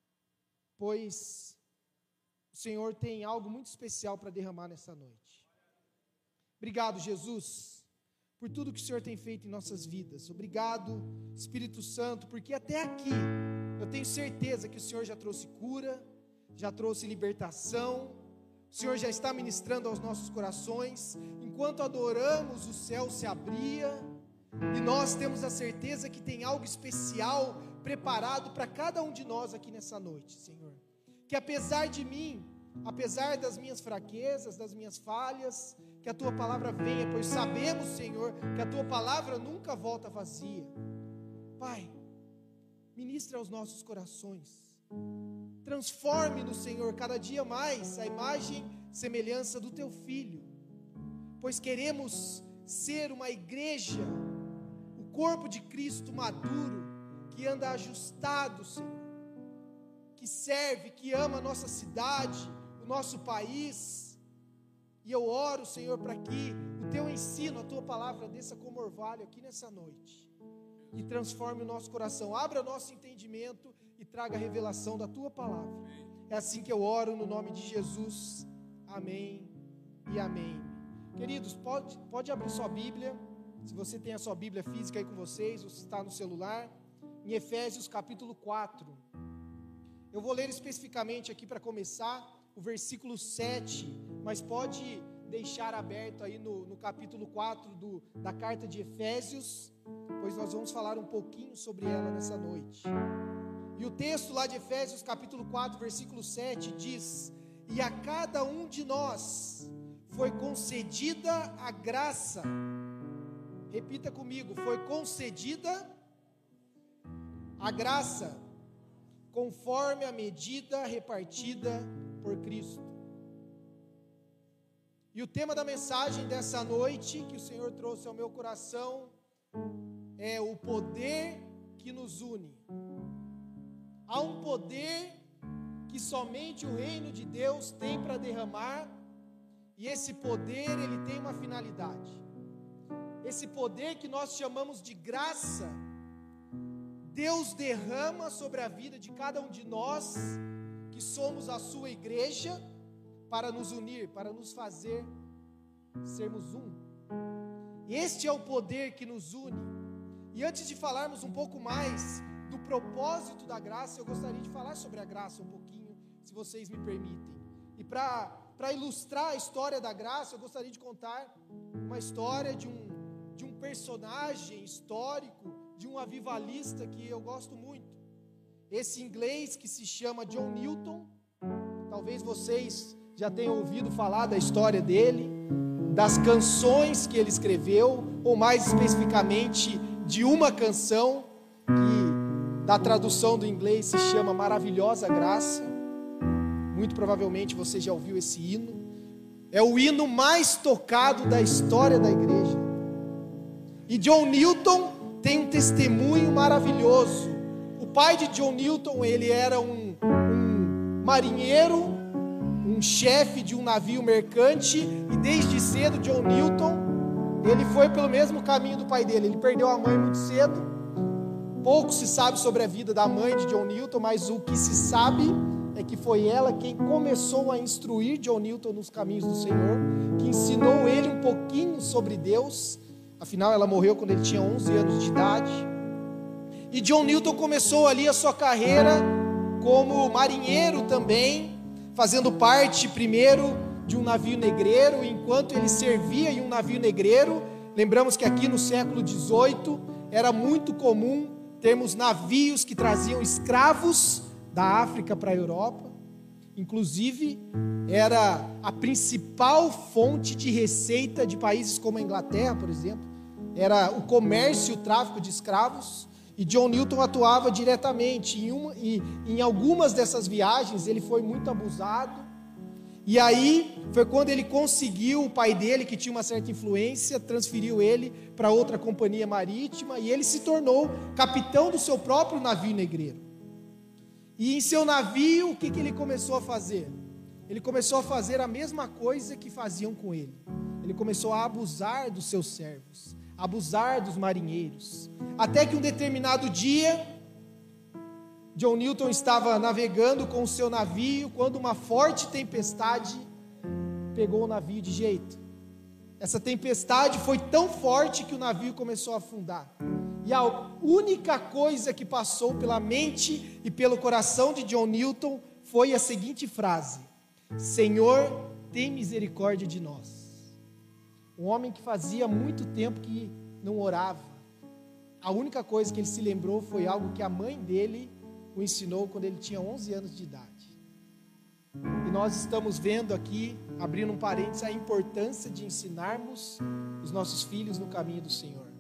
pois o Senhor tem algo muito especial para derramar nessa noite. Obrigado, Jesus, por tudo que o Senhor tem feito em nossas vidas. Obrigado, Espírito Santo, porque até aqui eu tenho certeza que o Senhor já trouxe cura, já trouxe libertação. O Senhor já está ministrando aos nossos corações. Enquanto adoramos, o céu se abria, e nós temos a certeza que tem algo especial preparado para cada um de nós aqui nessa noite, Senhor. Que apesar de mim, apesar das minhas fraquezas, das minhas falhas, que a Tua palavra venha, pois sabemos, Senhor, que a Tua palavra nunca volta vazia. Pai, ministra aos nossos corações. Transforme-nos, Senhor, cada dia mais a imagem e semelhança do Teu Filho, pois queremos ser uma igreja, o corpo de Cristo maduro, que anda ajustado, Senhor, que serve, que ama a nossa cidade, o nosso país. E eu oro, Senhor, para que o Teu ensino, a Tua palavra desça como orvalho aqui nessa noite e transforme o nosso coração, abra o nosso entendimento e traga a revelação da Tua palavra. É assim que eu oro no nome de Jesus. Amém e amém. Queridos, pode abrir sua Bíblia, se você tem a sua Bíblia física aí com vocês, ou se está no celular, em Efésios capítulo 4. Eu vou ler especificamente aqui para começar o versículo 7, mas pode deixar aberto aí no capítulo 4 da carta de Efésios, pois nós vamos falar um pouquinho sobre ela nessa noite. o texto lá de Efésios capítulo 4, versículo 7 diz: e a cada um de nós foi concedida a graça. Repita comigo: foi concedida a graça, conforme a medida repartida por Cristo. E o tema da mensagem dessa noite, que o Senhor trouxe ao meu coração, é o poder que nos une. Há um poder que somente o reino de Deus tem para derramar, e esse poder, ele tem uma finalidade. Esse poder que nós chamamos de graça, Deus derrama sobre a vida de cada um de nós, que somos a sua igreja, para nos unir, para nos fazer sermos um. Este é o poder que nos une. E antes de falarmos um pouco mais do propósito da graça, eu gostaria de falar sobre a graça um pouquinho, se vocês me permitem. E para ilustrar a história da graça, eu gostaria de contar uma história de um personagem histórico, de um avivalista que eu gosto muito. Esse inglês que se chama John Newton. Talvez vocês já tenham ouvido falar da história dele, das canções que ele escreveu, ou mais especificamente de uma canção que da tradução do inglês se chama Maravilhosa Graça. Muito provavelmente você já ouviu esse hino. É o hino mais tocado da história da igreja. E John Newton tem um testemunho maravilhoso. O pai de John Newton, ele era um marinheiro, um chefe de um navio mercante, e desde cedo John Newton, ele foi pelo mesmo caminho do pai dele. Ele perdeu a mãe muito cedo. Pouco se sabe sobre a vida da mãe de John Newton, mas o que se sabe é que foi ela quem começou a instruir John Newton nos caminhos do Senhor, que ensinou ele um pouquinho sobre Deus. Afinal, ela morreu quando ele tinha 11 anos de idade. E John Newton começou ali a sua carreira como marinheiro também, fazendo parte primeiro de um navio negreiro. Enquanto ele servia em um navio negreiro, lembramos que aqui no século XVIII era muito comum termos navios que traziam escravos da África para a Europa. Inclusive, era a principal fonte de receita de países como a Inglaterra, por exemplo. Era o comércio e o tráfico de escravos. E John Newton atuava diretamente. Em algumas dessas viagens, ele foi muito abusado. E aí, foi quando ele conseguiu, o pai dele, que tinha uma certa influência, transferiu ele para outra companhia marítima. E ele se tornou capitão do seu próprio navio negreiro. E em seu navio, o que ele começou a fazer? Ele começou a fazer a mesma coisa que faziam com ele. Ele começou a abusar dos seus servos, abusar dos marinheiros. Até que um determinado dia, John Newton estava navegando com o seu navio, quando uma forte tempestade pegou o navio de jeito. Essa tempestade foi tão forte que o navio começou a afundar. E a única coisa que passou pela mente e pelo coração de John Newton foi a seguinte frase: Senhor, tem misericórdia de nós. Um homem que fazia muito tempo que não orava. A única coisa que ele se lembrou foi algo que a mãe dele o ensinou quando ele tinha 11 anos de idade. E nós estamos vendo aqui, abrindo um parênteses, a importância de ensinarmos os nossos filhos no caminho do Senhor.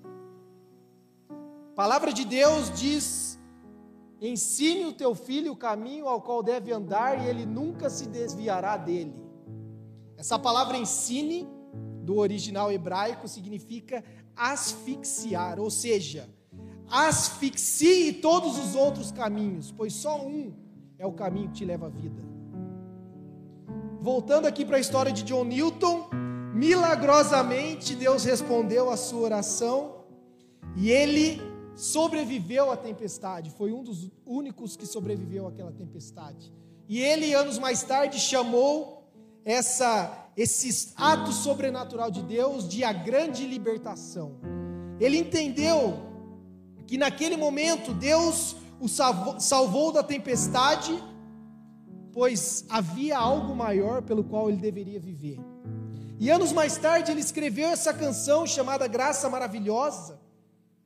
A palavra de Deus diz: ensine o teu filho o caminho ao qual deve andar, e ele nunca se desviará dele. Essa palavra ensine, do original hebraico, significa asfixiar, ou seja, asfixie todos os outros caminhos, pois só um é o caminho que te leva à vida. Voltando aqui para a história de John Newton, milagrosamente Deus respondeu a sua oração, e ele sobreviveu à tempestade. Foi um dos únicos que sobreviveu àquela tempestade. E ele, anos mais tarde, chamou esse ato sobrenatural de Deus de a grande libertação. Ele entendeu que naquele momento Deus o salvou da tempestade, pois havia algo maior pelo qual ele deveria viver. E anos mais tarde ele escreveu essa canção chamada Graça Maravilhosa,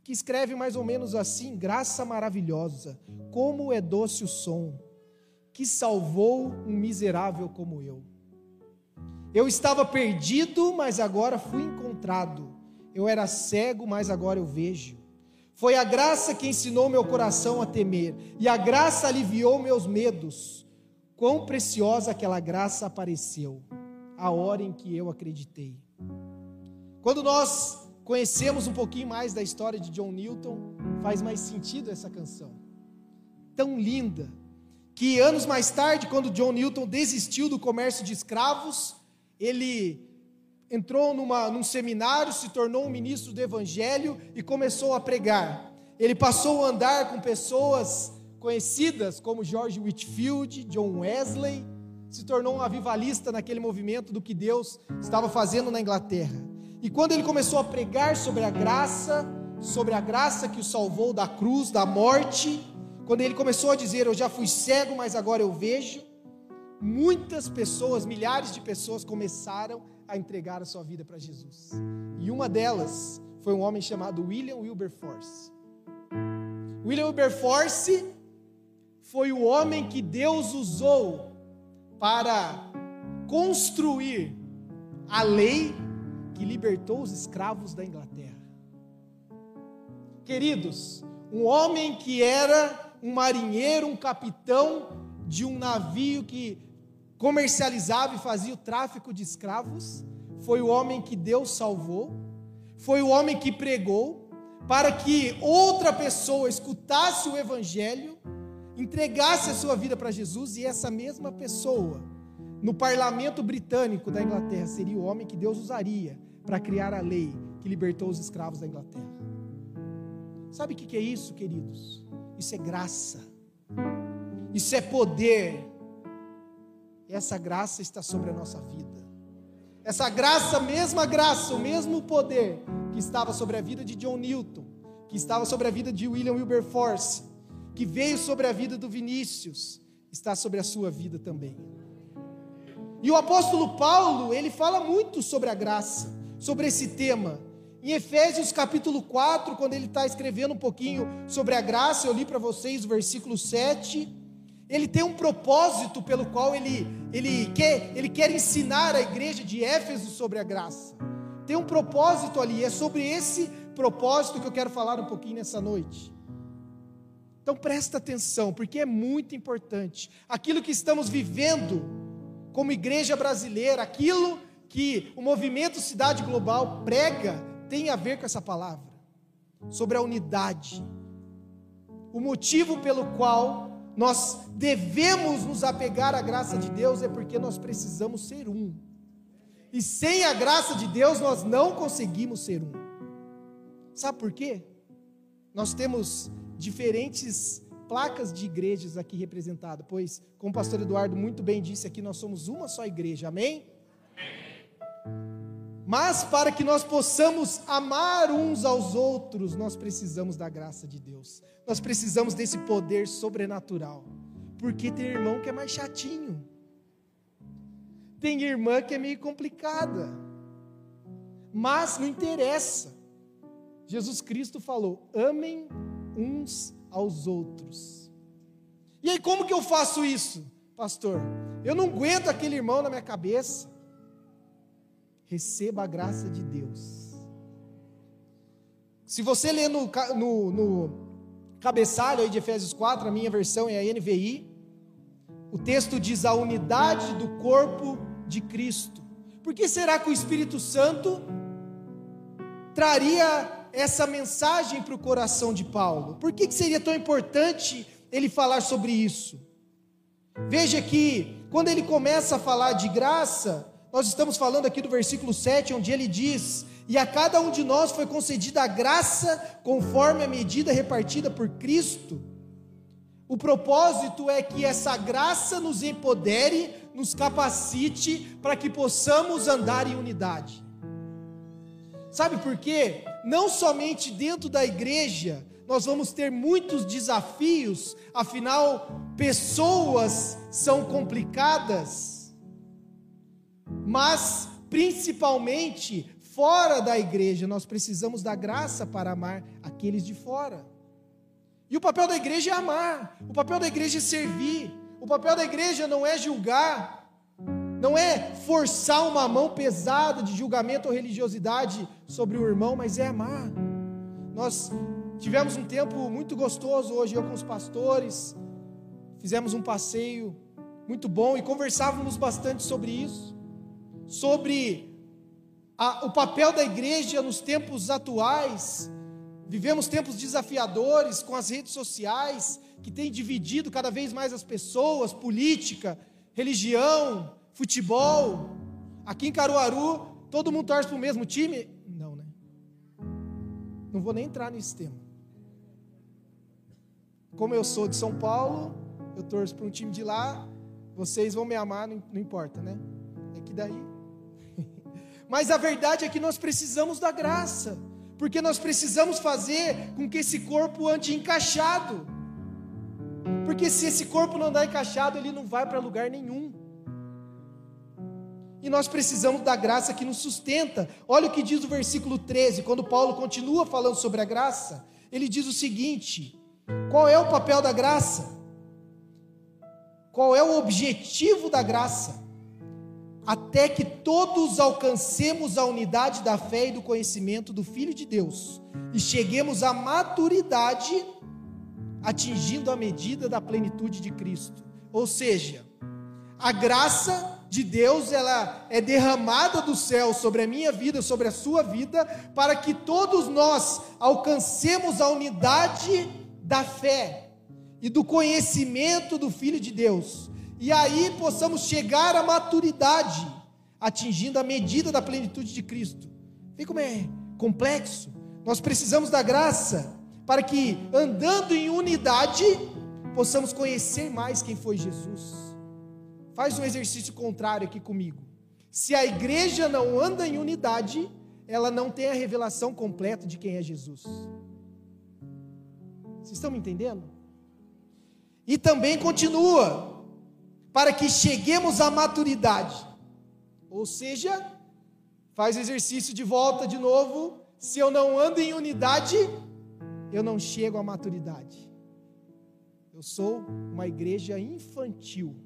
que escreve mais ou menos assim: graça maravilhosa, como é doce o som, que salvou um miserável como eu. Eu estava perdido, mas agora fui encontrado. Eu era cego, mas agora eu vejo. Foi a graça que ensinou meu coração a temer, e a graça aliviou meus medos. Quão preciosa aquela graça apareceu, a hora em que eu acreditei. Quando nós conhecemos um pouquinho mais da história de John Newton, faz mais sentido essa canção. Tão linda, que anos mais tarde, quando John Newton desistiu do comércio de escravos, ele entrou num seminário, se tornou um ministro do evangelho e começou a pregar. Ele passou a andar com pessoas conhecidas como George Whitefield, John Wesley, se tornou um avivalista naquele movimento do que Deus estava fazendo na Inglaterra. E quando ele começou a pregar sobre a graça que o salvou da cruz, da morte, quando ele começou a dizer: eu já fui cego, mas agora eu vejo, muitas pessoas, milhares de pessoas começaram a entregar a sua vida para Jesus. E uma delas foi um homem chamado William Wilberforce. William Wilberforce foi o homem que Deus usou para construir a lei que libertou os escravos da Inglaterra. Queridos, um homem que era um marinheiro, um capitão de um navio que comercializava e fazia o tráfico de escravos, foi o homem que Deus salvou, foi o homem que pregou, para que outra pessoa escutasse o evangelho, entregasse a sua vida para Jesus, e essa mesma pessoa, no parlamento britânico da Inglaterra, seria o homem que Deus usaria para criar a lei que libertou os escravos da Inglaterra. Sabe o que é isso, queridos? Isso é graça, isso é poder. Essa graça está sobre a nossa vida. Essa graça, a mesma graça, o mesmo poder que estava sobre a vida de John Newton, que estava sobre a vida de William Wilberforce, que veio sobre a vida do Vinícius, está sobre a sua vida também. E o apóstolo Paulo, ele fala muito sobre a graça, sobre esse tema. Em Efésios capítulo 4, quando ele está escrevendo um pouquinho sobre a graça, eu li para vocês o versículo 7, ele tem um propósito pelo qual ele quer ensinar a igreja de Éfeso sobre a graça. Tem um propósito ali, é sobre esse propósito que eu quero falar um pouquinho nessa noite. Então presta atenção, porque é muito importante. Aquilo que estamos vivendo como igreja brasileira, aquilo que o movimento Cidade Global prega, tem a ver com essa palavra, sobre a unidade. O motivo pelo qual nós devemos nos apegar à graça de Deus é porque nós precisamos ser um. E sem a graça de Deus nós não conseguimos ser um. Sabe por quê? Nós temos diferentes placas de igrejas aqui representadas, pois, como o pastor Eduardo muito bem disse aqui, nós somos uma só igreja, amém? Mas para que nós possamos amar uns aos outros, nós precisamos da graça de Deus. Nós precisamos desse poder sobrenatural. Porque tem irmão que é mais chatinho. Tem irmã que é meio complicada. Mas não interessa. Jesus Cristo falou: amem uns aos outros. E aí como que eu faço isso, pastor? Eu não aguento aquele irmão na minha cabeça. Receba a graça de Deus. Se você ler no cabeçalho aí de Efésios 4, a minha versão é a NVI, o texto diz: a unidade do corpo de Cristo. Por que será que o Espírito Santo traria essa mensagem para o coração de Paulo? Por que seria tão importante ele falar sobre isso? Veja que quando ele começa a falar de graça, nós estamos falando aqui do versículo 7, onde ele diz: e a cada um de nós foi concedida a graça conforme a medida repartida por Cristo. O propósito é que essa graça nos empodere, nos capacite para que possamos andar em unidade. Sabe por quê? Não somente dentro da igreja nós vamos ter muitos desafios, afinal, pessoas são complicadas, mas principalmente fora da igreja nós precisamos da graça para amar a aqueles de fora. E o papel da igreja é amar, o papel da igreja é servir, o papel da igreja não é julgar, não é forçar uma mão pesada de julgamento ou religiosidade sobre o irmão, mas é amar. Nós tivemos um tempo muito gostoso hoje, eu com os pastores, fizemos um passeio muito bom e conversávamos bastante sobre isso, sobre o papel da igreja nos tempos atuais. Vivemos tempos desafiadores com as redes sociais, que têm dividido cada vez mais as pessoas, política, religião, futebol. Aqui em Caruaru, todo mundo torce para o mesmo time? Não, né? Não vou nem entrar nesse tema. Como eu sou de São Paulo, eu torço para um time de lá, vocês vão me amar, não importa, né? É que daí... Mas a verdade é que nós precisamos da graça, porque nós precisamos fazer com que esse corpo ande encaixado, porque se esse corpo não andar encaixado, ele não vai para lugar nenhum, e nós precisamos da graça que nos sustenta. Olha o que diz o versículo 13, quando Paulo continua falando sobre a graça, ele diz o seguinte: qual é o papel da graça? Qual é o objetivo da graça? Até que todos alcancemos a unidade da fé e do conhecimento do Filho de Deus, e cheguemos à maturidade, atingindo a medida da plenitude de Cristo. Ou seja, a graça de Deus, ela é derramada do céu sobre a minha vida, sobre a sua vida, para que todos nós alcancemos a unidade da fé e do conhecimento do Filho de Deus, e aí possamos chegar à maturidade, atingindo a medida da plenitude de Cristo. Vê como é complexo. Nós precisamos da graça para que, andando em unidade, possamos conhecer mais quem foi Jesus. Faz um exercício contrário aqui comigo. Se a igreja não anda em unidade, ela não tem a revelação completa de quem é Jesus. Vocês estão me entendendo? E também continua: para que cheguemos à maturidade. Ou seja, faz exercício de volta de novo. Se eu não ando em unidade, eu não chego à maturidade. Eu sou uma igreja infantil.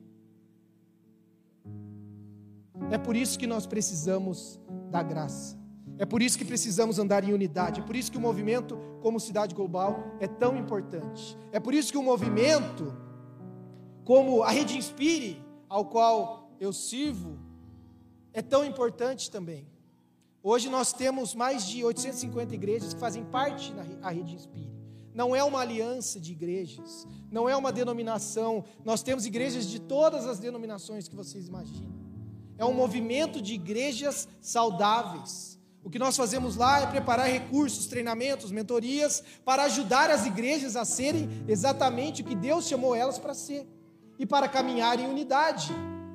É por isso que nós precisamos da graça. É por isso que precisamos andar em unidade. É por isso que o movimento como Cidade Global é tão importante. É por isso que o movimento como a Rede Inspire, ao qual eu sirvo, é tão importante também. Hoje nós temos mais de 850 igrejas que fazem parte da Rede Inspire. Não é uma aliança de igrejas, não é uma denominação. Nós temos igrejas de todas as denominações que vocês imaginam. É um movimento de igrejas saudáveis. O que nós fazemos lá é preparar recursos, treinamentos, mentorias, para ajudar as igrejas a serem exatamente o que Deus chamou elas para ser. E para caminhar em unidade.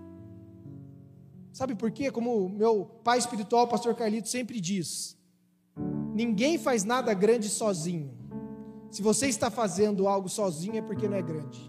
Sabe por quê? Como meu pai espiritual, pastor Carlito, sempre diz: ninguém faz nada grande sozinho. Se você está fazendo algo sozinho, é porque não é grande.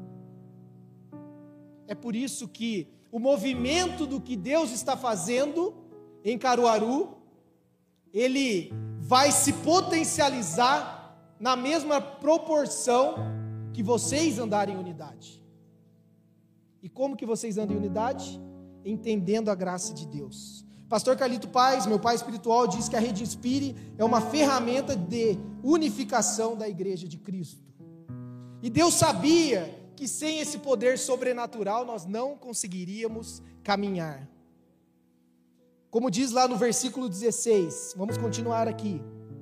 É por isso que o movimento do que Deus está fazendo em Caruaru, ele vai se potencializar na mesma proporção que vocês andarem em unidade. E como que vocês andam em unidade? Entendendo a graça de Deus. Pastor Carlito Paz, meu pai espiritual, diz que a Rede Inspire é uma ferramenta de unificação da igreja de Cristo. E Deus sabia que sem esse poder sobrenatural nós não conseguiríamos caminhar. Como diz lá no versículo 16, vamos continuar aqui.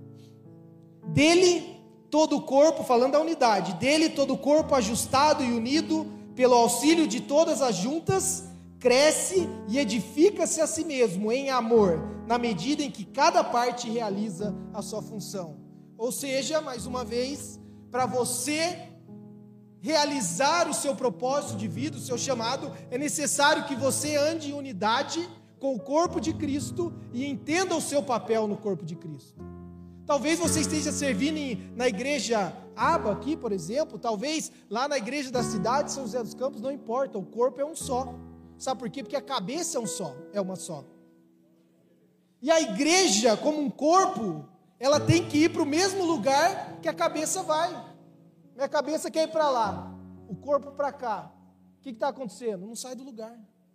Dele todo o corpo, falando da unidade, dele todo o corpo ajustado e unido pelo auxílio de todas as juntas, cresce e edifica-se a si mesmo em amor, na medida em que cada parte realiza a sua função. Ou seja, mais uma vez, para você realizar o seu propósito de vida, o seu chamado, é necessário que você ande em unidade com o corpo de Cristo e entenda o seu papel no corpo de Cristo. Talvez você esteja servindo na igreja Aba aqui, por exemplo, talvez lá na igreja da cidade, São José dos Campos, não importa, o corpo é um só. Sabe por quê? Porque a cabeça é uma só. E a igreja, como um corpo, ela tem que ir para o mesmo lugar que a cabeça vai. Minha cabeça quer ir para lá, o corpo para cá. O que está acontecendo? Não sai do lugar.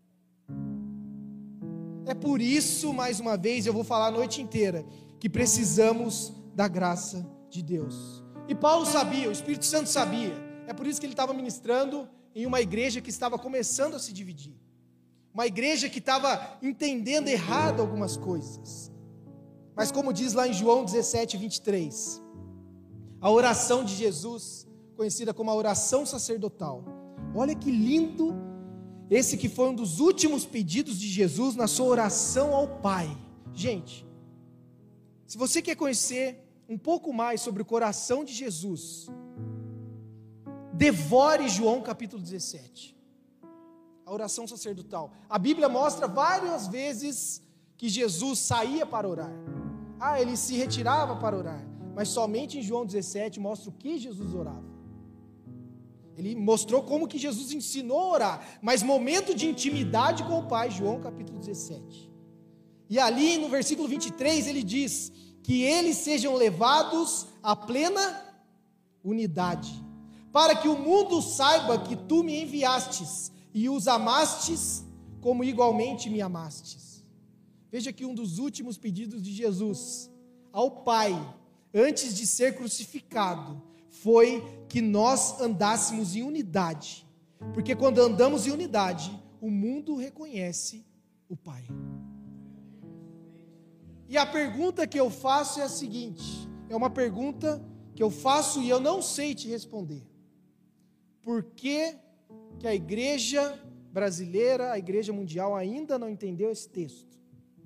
É por isso, mais uma vez, eu vou falar a noite inteira, que precisamos da graça de Deus. E Paulo sabia, o Espírito Santo sabia. É por isso que ele estava ministrando em uma igreja que estava começando a se dividir. Uma igreja que estava entendendo errado algumas coisas. Mas como diz lá em João 17, 23, a oração de Jesus, conhecida como a oração sacerdotal. Olha que lindo, esse que foi um dos últimos pedidos de Jesus na sua oração ao Pai. Gente, se você quer conhecer um pouco mais sobre o coração de Jesus, devore João capítulo 17, a oração sacerdotal. A Bíblia mostra várias vezes que Jesus saía para orar. Ele se retirava para orar, mas somente em João 17 mostra o que Jesus orava. Ele mostrou como que Jesus ensinou a orar, mas momento de intimidade com o Pai, João capítulo 17. E ali no versículo 23 ele diz que eles sejam levados à plena unidade, para que o mundo saiba que tu me enviastes e os amastes como igualmente me amastes. Veja que um dos últimos pedidos de Jesus ao Pai, antes de ser crucificado, foi que nós andássemos em unidade, porque quando andamos em unidade, o mundo reconhece o Pai. E a pergunta que eu faço é a seguinte, é uma pergunta que eu faço e eu não sei te responder. Por que que a igreja brasileira, a igreja mundial ainda não entendeu esse texto?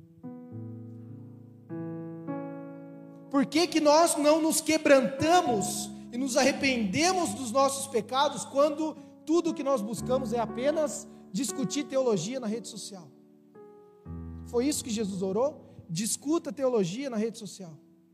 Por que que nós não nos quebrantamos e nos arrependemos dos nossos pecados quando tudo que nós buscamos é apenas discutir teologia na rede social? Foi isso que Jesus orou? Discuta teologia na rede social.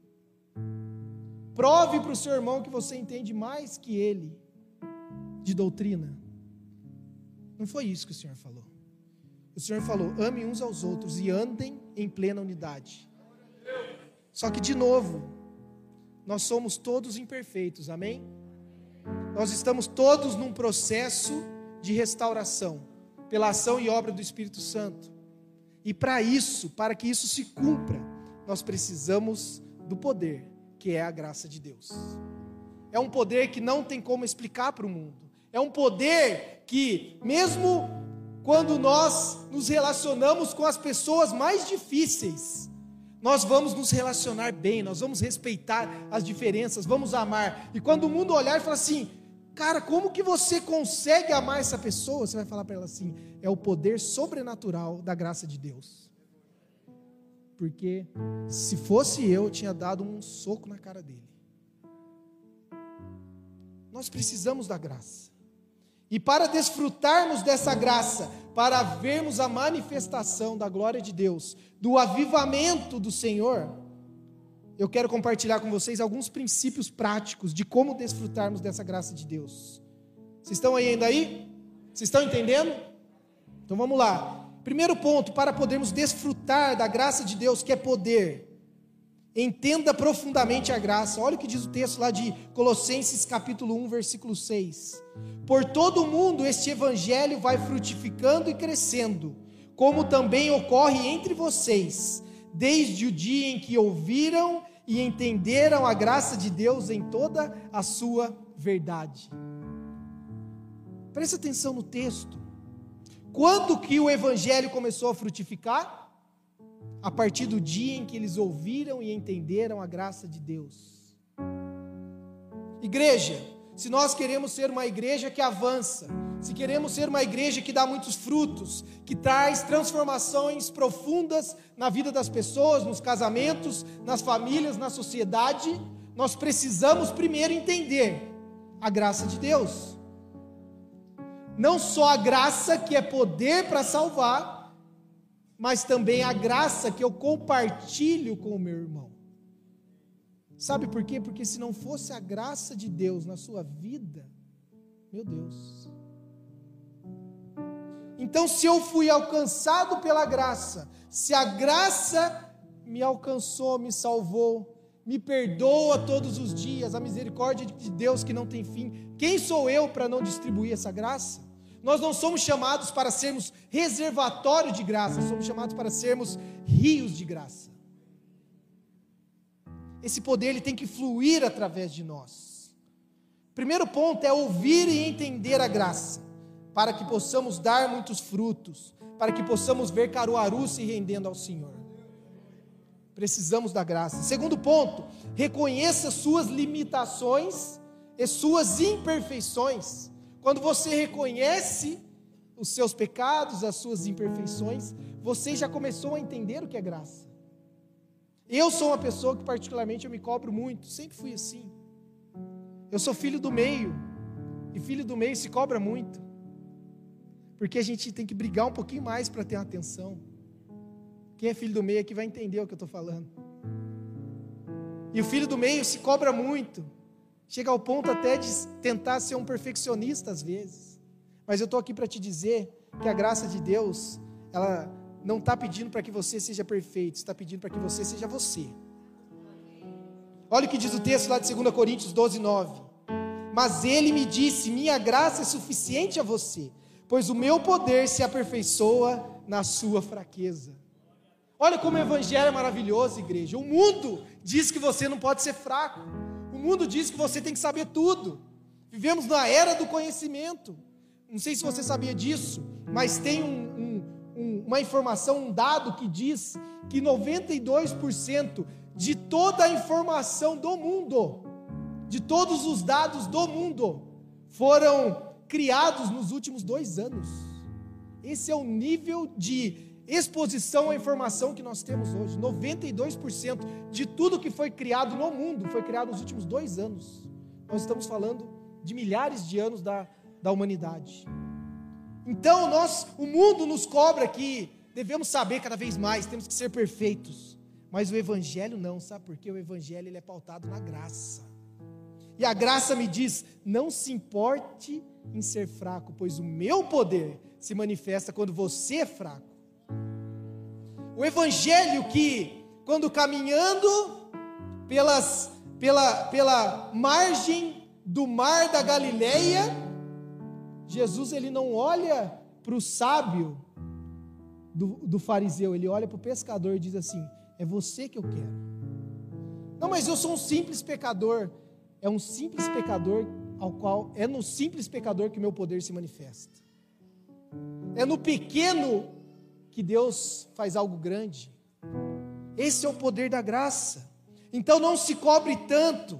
Prove para o seu irmão que você entende mais que ele de doutrina. Não foi isso que o Senhor falou. O Senhor falou: ame uns aos outros e andem em plena unidade. Só que, de novo, nós somos todos imperfeitos, amém? Nós estamos todos num processo de restauração, pela ação e obra do Espírito Santo. E para que isso se cumpra, nós precisamos do poder, que é a graça de Deus. É um poder que não tem como explicar para o mundo. É um poder que, mesmo quando nós nos relacionamos com as pessoas mais difíceis, nós vamos nos relacionar bem, nós vamos respeitar as diferenças, vamos amar. E quando o mundo olhar e falar assim: cara, como que você consegue amar essa pessoa? Você vai falar para ela assim: é o poder sobrenatural da graça de Deus. Porque se fosse eu tinha dado um soco na cara dele. Nós precisamos da graça. E para desfrutarmos dessa graça, para vermos a manifestação da glória de Deus, do avivamento do Senhor, eu quero compartilhar com vocês alguns princípios práticos de como desfrutarmos dessa graça de Deus. Vocês estão ainda aí? Vocês estão entendendo? Então vamos lá. Primeiro ponto, para podermos desfrutar da graça de Deus, que é poder, entenda profundamente a graça. Olha o que diz o texto lá de Colossenses capítulo 1, versículo 6. Por todo o mundo este evangelho vai frutificando e crescendo, como também ocorre entre vocês, desde o dia em que ouviram e entenderam a graça de Deus em toda a sua verdade. Presta atenção no texto. Quando que o evangelho começou a frutificar? A partir do dia em que eles ouviram e entenderam a graça de Deus. Igreja, se nós queremos ser uma igreja que avança, se queremos ser uma igreja que dá muitos frutos, que traz transformações profundas na vida das pessoas, nos casamentos, nas famílias, na sociedade, nós precisamos primeiro entender a graça de Deus. Não só a graça que é poder para salvar, mas também a graça que eu compartilho com o meu irmão. Sabe por quê? Porque se não fosse a graça de Deus na sua vida, meu Deus. Então, se eu fui alcançado pela graça, se a graça me alcançou, me salvou, me perdoa todos os dias, a misericórdia de Deus que não tem fim. Quem sou eu para não distribuir essa graça? Nós não somos chamados para sermos reservatório de graça, somos chamados para sermos rios de graça. Esse poder ele tem que fluir através de nós. Primeiro ponto é ouvir e entender a graça, para que possamos dar muitos frutos, para que possamos ver Caruaru se rendendo ao Senhor. Precisamos da graça. Segundo ponto, reconheça suas limitações e suas imperfeições. Quando você reconhece os seus pecados, as suas imperfeições, você já começou a entender o que é graça. Eu sou uma pessoa que particularmente eu me cobro muito, sempre fui assim. Eu sou filho do meio, e filho do meio se cobra muito, porque a gente tem que brigar um pouquinho mais para ter atenção. Quem é filho do meio aqui vai entender o que eu estou falando. E o filho do meio se cobra muito, chega ao ponto até de tentar ser um perfeccionista às vezes. Mas eu estou aqui para te dizer que a graça de Deus, ela não está pedindo para que você seja perfeito, está pedindo para que você seja você. Olha o que diz o texto lá de 2 Coríntios 12, 9. Mas ele me disse, minha graça é suficiente a você, pois o meu poder se aperfeiçoa na sua fraqueza. Olha como o evangelho é maravilhoso, igreja. O mundo diz que você não pode ser fraco. O mundo diz que você tem que saber tudo. Vivemos na era do conhecimento. Não sei se você sabia disso, mas tem uma informação, um dado que diz que 92% de toda a informação do mundo, de todos os dados do mundo, foram criados nos últimos 2 anos. Esse é o nível de exposição à informação que nós temos hoje. 92% de tudo que foi criado no mundo foi criado nos últimos 2 anos. Nós estamos falando de milhares de anos da humanidade. Então o mundo nos cobra que devemos saber cada vez mais, temos que ser perfeitos. Mas o evangelho não, sabe por quê? O evangelho ele é pautado na graça. E a graça me diz, não se importe em ser fraco, pois o meu poder se manifesta quando você é fraco. O evangelho que, quando caminhando pela margem do mar da Galileia, Jesus ele não olha para o sábio do fariseu, ele olha para o pescador e diz assim, é você que eu quero. Não, mas eu sou um simples pecador. É um simples pecador é no simples pecador que o meu poder se manifesta. É no pequeno que Deus faz algo grande. Esse é o poder da graça. Então não se cobre tanto,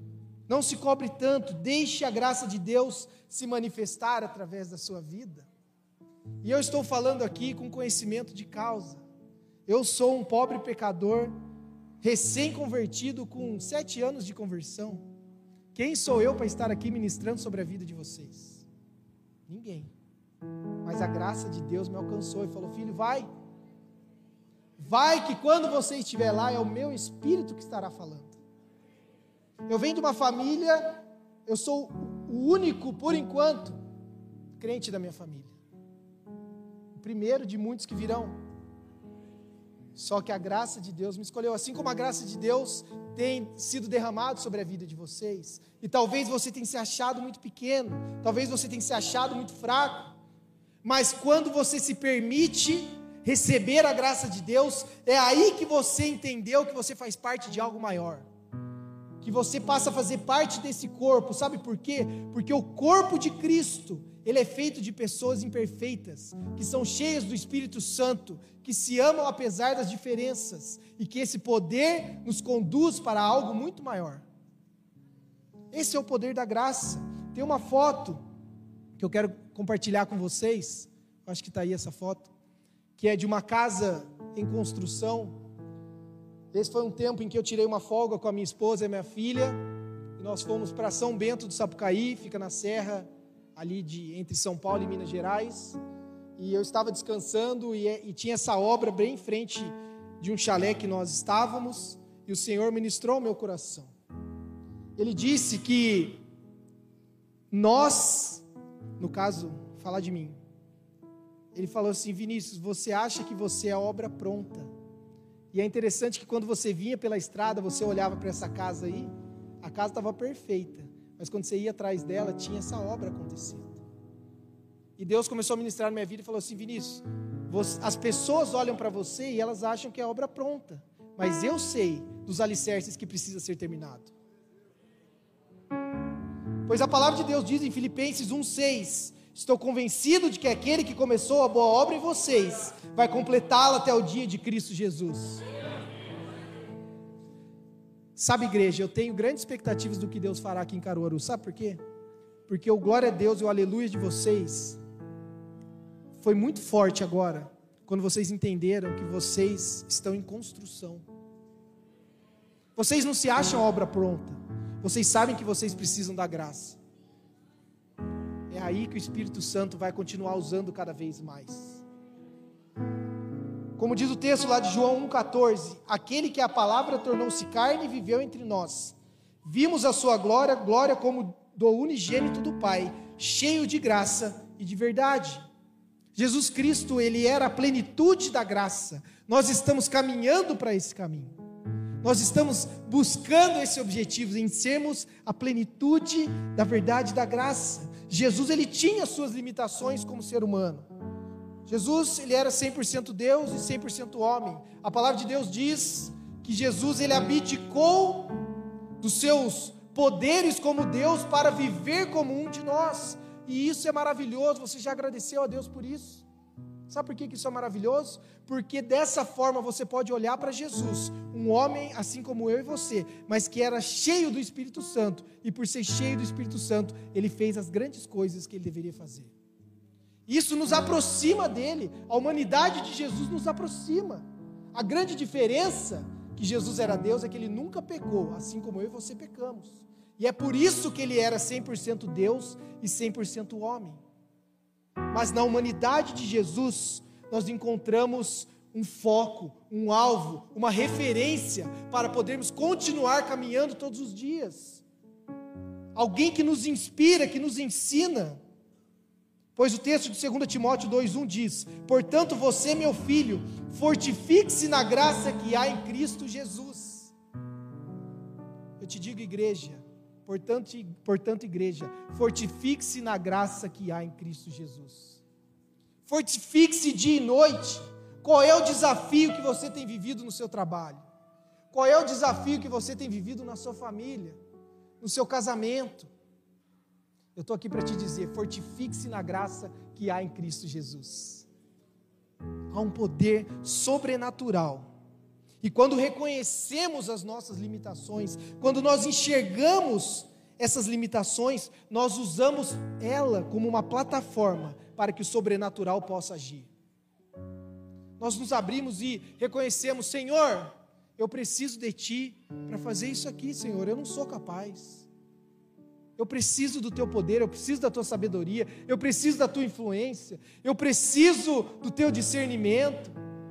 deixe a graça de Deus se manifestar através da sua vida. E eu estou falando aqui com conhecimento de causa. Eu sou um pobre pecador, recém-convertido com 7 anos de conversão. Quem sou eu para estar aqui ministrando sobre a vida de vocês? Ninguém. Mas a graça de Deus me alcançou e falou, filho, vai que quando você estiver lá, é o meu Espírito que estará falando. Eu venho de uma família, eu sou o único, por enquanto, crente da minha família. O primeiro de muitos que virão. Só que a graça de Deus me escolheu, assim como a graça de Deus tem sido derramada sobre a vida de vocês. E talvez você tenha se achado muito pequeno, talvez você tenha se achado muito fraco. Mas quando você se permite receber a graça de Deus, é aí que você entendeu que você faz parte de algo maior. Que você passa a fazer parte desse corpo, sabe por quê? Porque o corpo de Cristo, ele é feito de pessoas imperfeitas, que são cheias do Espírito Santo, que se amam apesar das diferenças, e que esse poder nos conduz para algo muito maior. Esse é o poder da graça. Tem uma foto que eu quero compartilhar com vocês, acho que está aí essa foto, que é de uma casa em construção. Esse foi um tempo em que eu tirei uma folga com a minha esposa e a minha filha, e nós fomos para São Bento do Sapucaí, fica na serra, ali entre São Paulo e Minas Gerais, e eu estava descansando, e tinha essa obra bem em frente de um chalé que nós estávamos, e o Senhor ministrou ao meu coração. Ele disse que nós, no caso, falar de mim, ele falou assim, Vinícius, você acha que você é a obra pronta, E é interessante que quando você vinha pela estrada, você olhava para essa casa aí, a casa estava perfeita, mas quando você ia atrás dela, tinha essa obra acontecendo. E Deus começou a ministrar na minha vida e falou assim: Vinícius, as pessoas olham para você e elas acham que é a obra pronta, mas eu sei dos alicerces que precisa ser terminado. Pois a palavra de Deus diz em Filipenses 1,6: estou convencido de que aquele que começou a boa obra em vocês vai completá-la até o dia de Cristo Jesus. Sabe, igreja, eu tenho grandes expectativas do que Deus fará aqui em Caruaru. Sabe por quê? Porque o glória a Deus e o aleluia de vocês foi muito forte agora, quando vocês entenderam que vocês estão em construção. Vocês não se acham obra pronta, vocês sabem que vocês precisam da graça. É aí que o Espírito Santo vai continuar usando cada vez mais. Como diz o texto lá de João 1,14: aquele que a palavra tornou-se carne e viveu entre nós. Vimos a sua glória, glória como do unigênito do Pai, cheio de graça e de verdade. Jesus Cristo, Ele era a plenitude da graça. Nós estamos caminhando para esse caminho. Nós estamos buscando esse objetivo, em sermos a plenitude da verdade e da graça. Jesus, Ele tinha suas limitações como ser humano. Jesus, Ele era 100% Deus e 100% homem. A palavra de Deus diz que Jesus, Ele abdicou dos seus poderes como Deus para viver como um de nós. E isso é maravilhoso. Você já agradeceu a Deus por isso? Sabe por que isso é maravilhoso? Porque dessa forma você pode olhar para Jesus, um homem assim como eu e você, mas que era cheio do Espírito Santo, e por ser cheio do Espírito Santo, ele fez as grandes coisas que ele deveria fazer. Isso nos aproxima dele, a humanidade de Jesus nos aproxima. A grande diferença que Jesus era Deus é que ele nunca pecou, assim como eu e você pecamos. E é por isso que ele era 100% Deus e 100% homem. Mas na humanidade de Jesus, nós encontramos um foco, um alvo, uma referência para podermos continuar caminhando todos os dias. Alguém que nos inspira, que nos ensina. Pois o texto de 2 Timóteo 2,1 diz: portanto você, meu filho, fortifique-se na graça que há em Cristo Jesus. Eu te digo, igreja, portanto, igreja, fortifique-se na graça que há em Cristo Jesus. Fortifique-se dia e noite. Qual é o desafio que você tem vivido no seu trabalho? Qual é o desafio que você tem vivido na sua família, no seu casamento? Eu estou aqui para te dizer, fortifique-se na graça que há em Cristo Jesus. Há um poder sobrenatural. E quando reconhecemos as nossas limitações, quando nós enxergamos essas limitações, nós usamos ela como uma plataforma para que o sobrenatural possa agir. Nós nos abrimos e reconhecemos: Senhor, eu preciso de Ti para fazer isso aqui, Senhor, eu não sou capaz. Eu preciso do Teu poder, eu preciso da Tua sabedoria, eu preciso da Tua influência, eu preciso do Teu discernimento.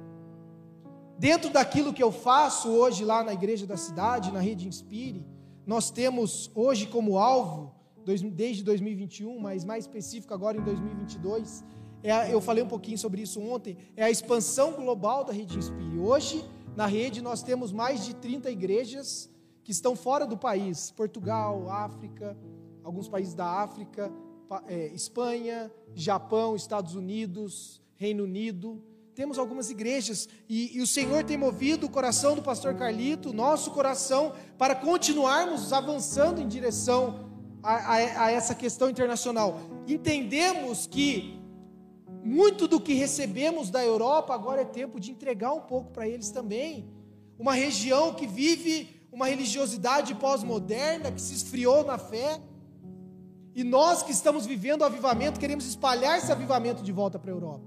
Dentro daquilo que eu faço hoje lá na igreja da cidade, na Rede Inspire, nós temos hoje como alvo, desde 2021, mas mais específico agora em 2022, eu falei um pouquinho sobre isso ontem, é a expansão global da Rede Inspire. Hoje, na rede, nós temos mais de 30 igrejas que estão fora do país: Portugal, África, alguns países da África, Espanha, Japão, Estados Unidos, Reino Unido. Temos algumas igrejas, e o Senhor tem movido o coração do pastor Carlito, o nosso coração, para continuarmos avançando em direção a essa questão internacional. Entendemos que muito do que recebemos da Europa agora é tempo de entregar um pouco para eles também. Uma região que vive uma religiosidade pós-moderna, que se esfriou na fé, e nós que estamos vivendo o avivamento, queremos espalhar esse avivamento de volta para a Europa.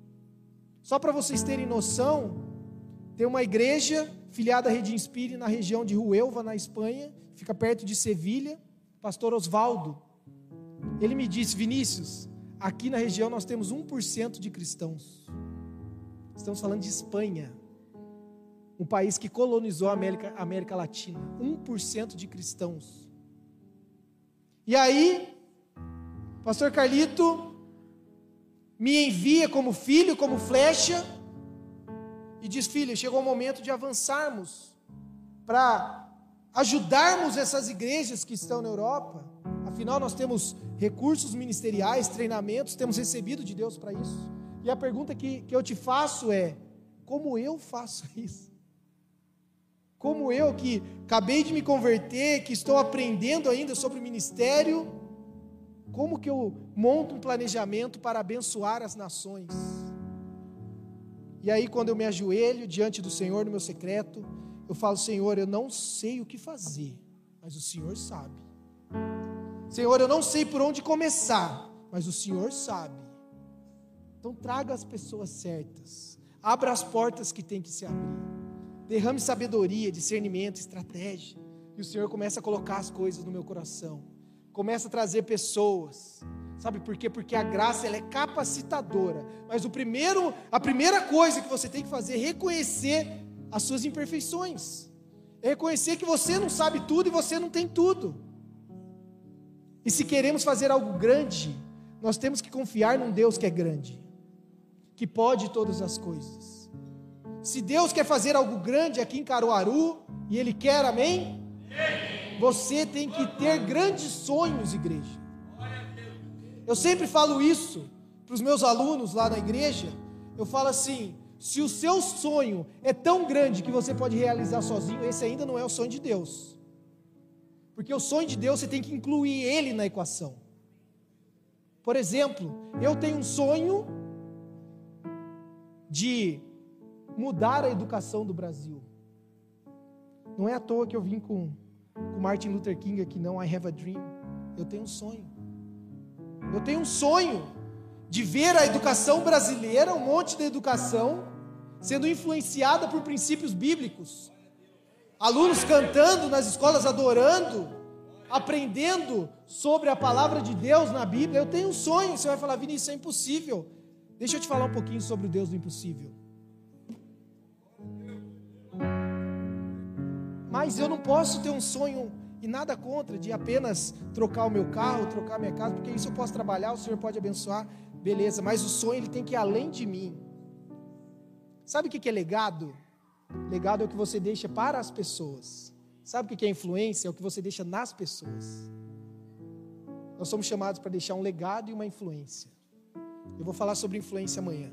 Só para vocês terem noção, tem uma igreja filiada à Rede Inspire na região de Huelva, na Espanha, fica perto de Sevilha, pastor Osvaldo. Ele me disse: Vinícius, aqui na região nós temos 1% de cristãos. Estamos falando de Espanha, um país que colonizou a América Latina. 1% de cristãos. E aí, pastor Carlito me envia como filho, como flecha, e diz: filha, chegou o momento de avançarmos para ajudarmos essas igrejas que estão na Europa. Afinal, nós temos recursos ministeriais, treinamentos, temos recebido de Deus para isso. E a pergunta que eu te faço é: como eu faço isso? Como eu, que acabei de me converter, que estou aprendendo ainda sobre o ministério, como que eu monto um planejamento para abençoar as nações? E aí, quando eu me ajoelho diante do Senhor no meu secreto, eu falo: Senhor, eu não sei o que fazer, mas o Senhor sabe. Senhor, eu não sei por onde começar, mas o Senhor sabe. Então traga as pessoas certas, abra as portas que tem que se abrir, derrame sabedoria, discernimento, estratégia, e o Senhor começa a colocar as coisas no meu coração, começa a trazer pessoas. Sabe por quê? Porque a graça, ela é capacitadora, mas a primeira coisa que você tem que fazer é reconhecer as suas imperfeições, é reconhecer que você não sabe tudo e você não tem tudo. E se queremos fazer algo grande, nós temos que confiar num Deus que é grande, que pode todas as coisas. Se Deus quer fazer algo grande aqui em Caruaru, e Ele quer, amém? Você tem que ter grandes sonhos, igreja. Eu sempre falo isso para os meus alunos lá na igreja. Eu falo assim: se o seu sonho é tão grande que você pode realizar sozinho, esse ainda não é o sonho de Deus. Porque o sonho de Deus, você tem que incluir Ele na equação. Por exemplo, eu tenho um sonho de mudar a educação do Brasil. Não é à toa que eu vim com Martin Luther King aqui, não. I have a dream. Eu tenho um sonho. Eu tenho um sonho de ver a educação brasileira, um monte de educação, sendo influenciada por princípios bíblicos. Alunos cantando nas escolas, adorando, aprendendo sobre a palavra de Deus na Bíblia. Eu tenho um sonho. Você vai falar: Vini, isso é impossível. Deixa eu te falar um pouquinho sobre o Deus do impossível. Mas eu não posso ter um sonho, e nada contra, de apenas trocar o meu carro, trocar a minha casa, porque isso eu posso trabalhar, o Senhor pode abençoar, beleza, mas o sonho, ele tem que ir além de mim. Sabe o que é legado? Legado é o que você deixa para as pessoas. Sabe o que é influência? É o que você deixa nas pessoas. Nós somos chamados para deixar um legado e uma influência. Eu vou falar sobre influência amanhã.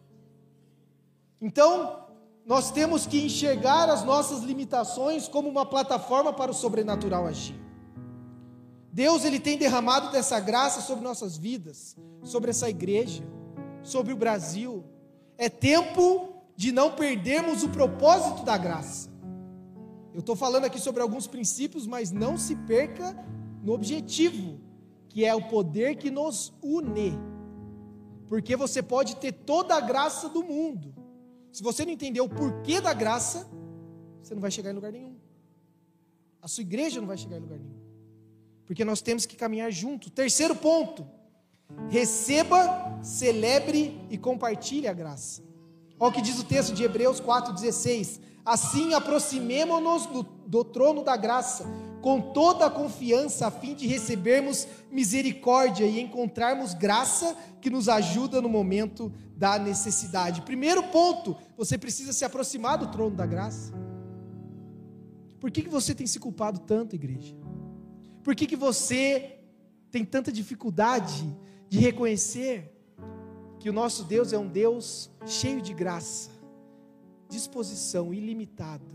Então, nós temos que enxergar as nossas limitações como uma plataforma para o sobrenatural agir. Deus, Ele tem derramado dessa graça sobre nossas vidas, sobre essa igreja, sobre o Brasil. É tempo de não perdermos o propósito da graça. Eu estou falando aqui sobre alguns princípios, mas não se perca no objetivo, que é o poder que nos une. Porque você pode ter toda a graça do mundo, se você não entender o porquê da graça, você não vai chegar em lugar nenhum. A sua igreja não vai chegar em lugar nenhum. Porque nós temos que caminhar junto. Terceiro ponto: receba, celebre e compartilhe a graça. Olha o que diz o texto de Hebreus 4,16. Assim aproximemo-nos do trono da graça, com toda a confiança, a fim de recebermos misericórdia e encontrarmos graça que nos ajuda no momento da necessidade. Primeiro ponto: você precisa se aproximar do trono da graça. Por que você tem se culpado tanto, igreja? Por que você tem tanta dificuldade de reconhecer que o nosso Deus é um Deus cheio de graça, disposição, ilimitado?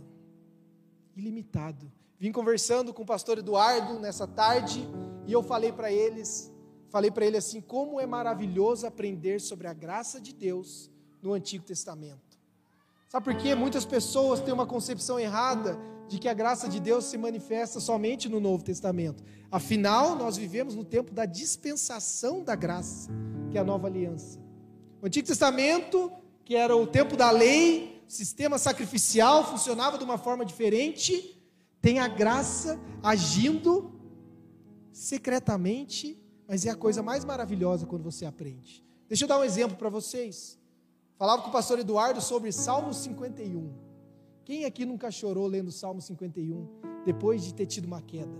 Vim conversando com o pastor Eduardo nessa tarde, e eu falei para ele assim: como é maravilhoso aprender sobre a graça de Deus no Antigo Testamento. Sabe por quê? Muitas pessoas têm uma concepção errada de que a graça de Deus se manifesta somente no Novo Testamento. Afinal, nós vivemos no tempo da dispensação da graça, que é a nova aliança. O Antigo Testamento, que era o tempo da lei, o sistema sacrificial funcionava de uma forma diferente. Tem a graça agindo secretamente, mas é a coisa mais maravilhosa quando você aprende. Deixa eu dar um exemplo para vocês. Falava com o pastor Eduardo sobre Salmo 51. Quem aqui nunca chorou lendo Salmo 51, depois de ter tido uma queda?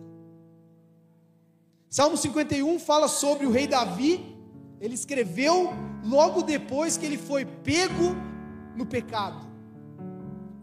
Salmo 51 fala sobre o rei Davi. Ele escreveu logo depois que ele foi pego no pecado.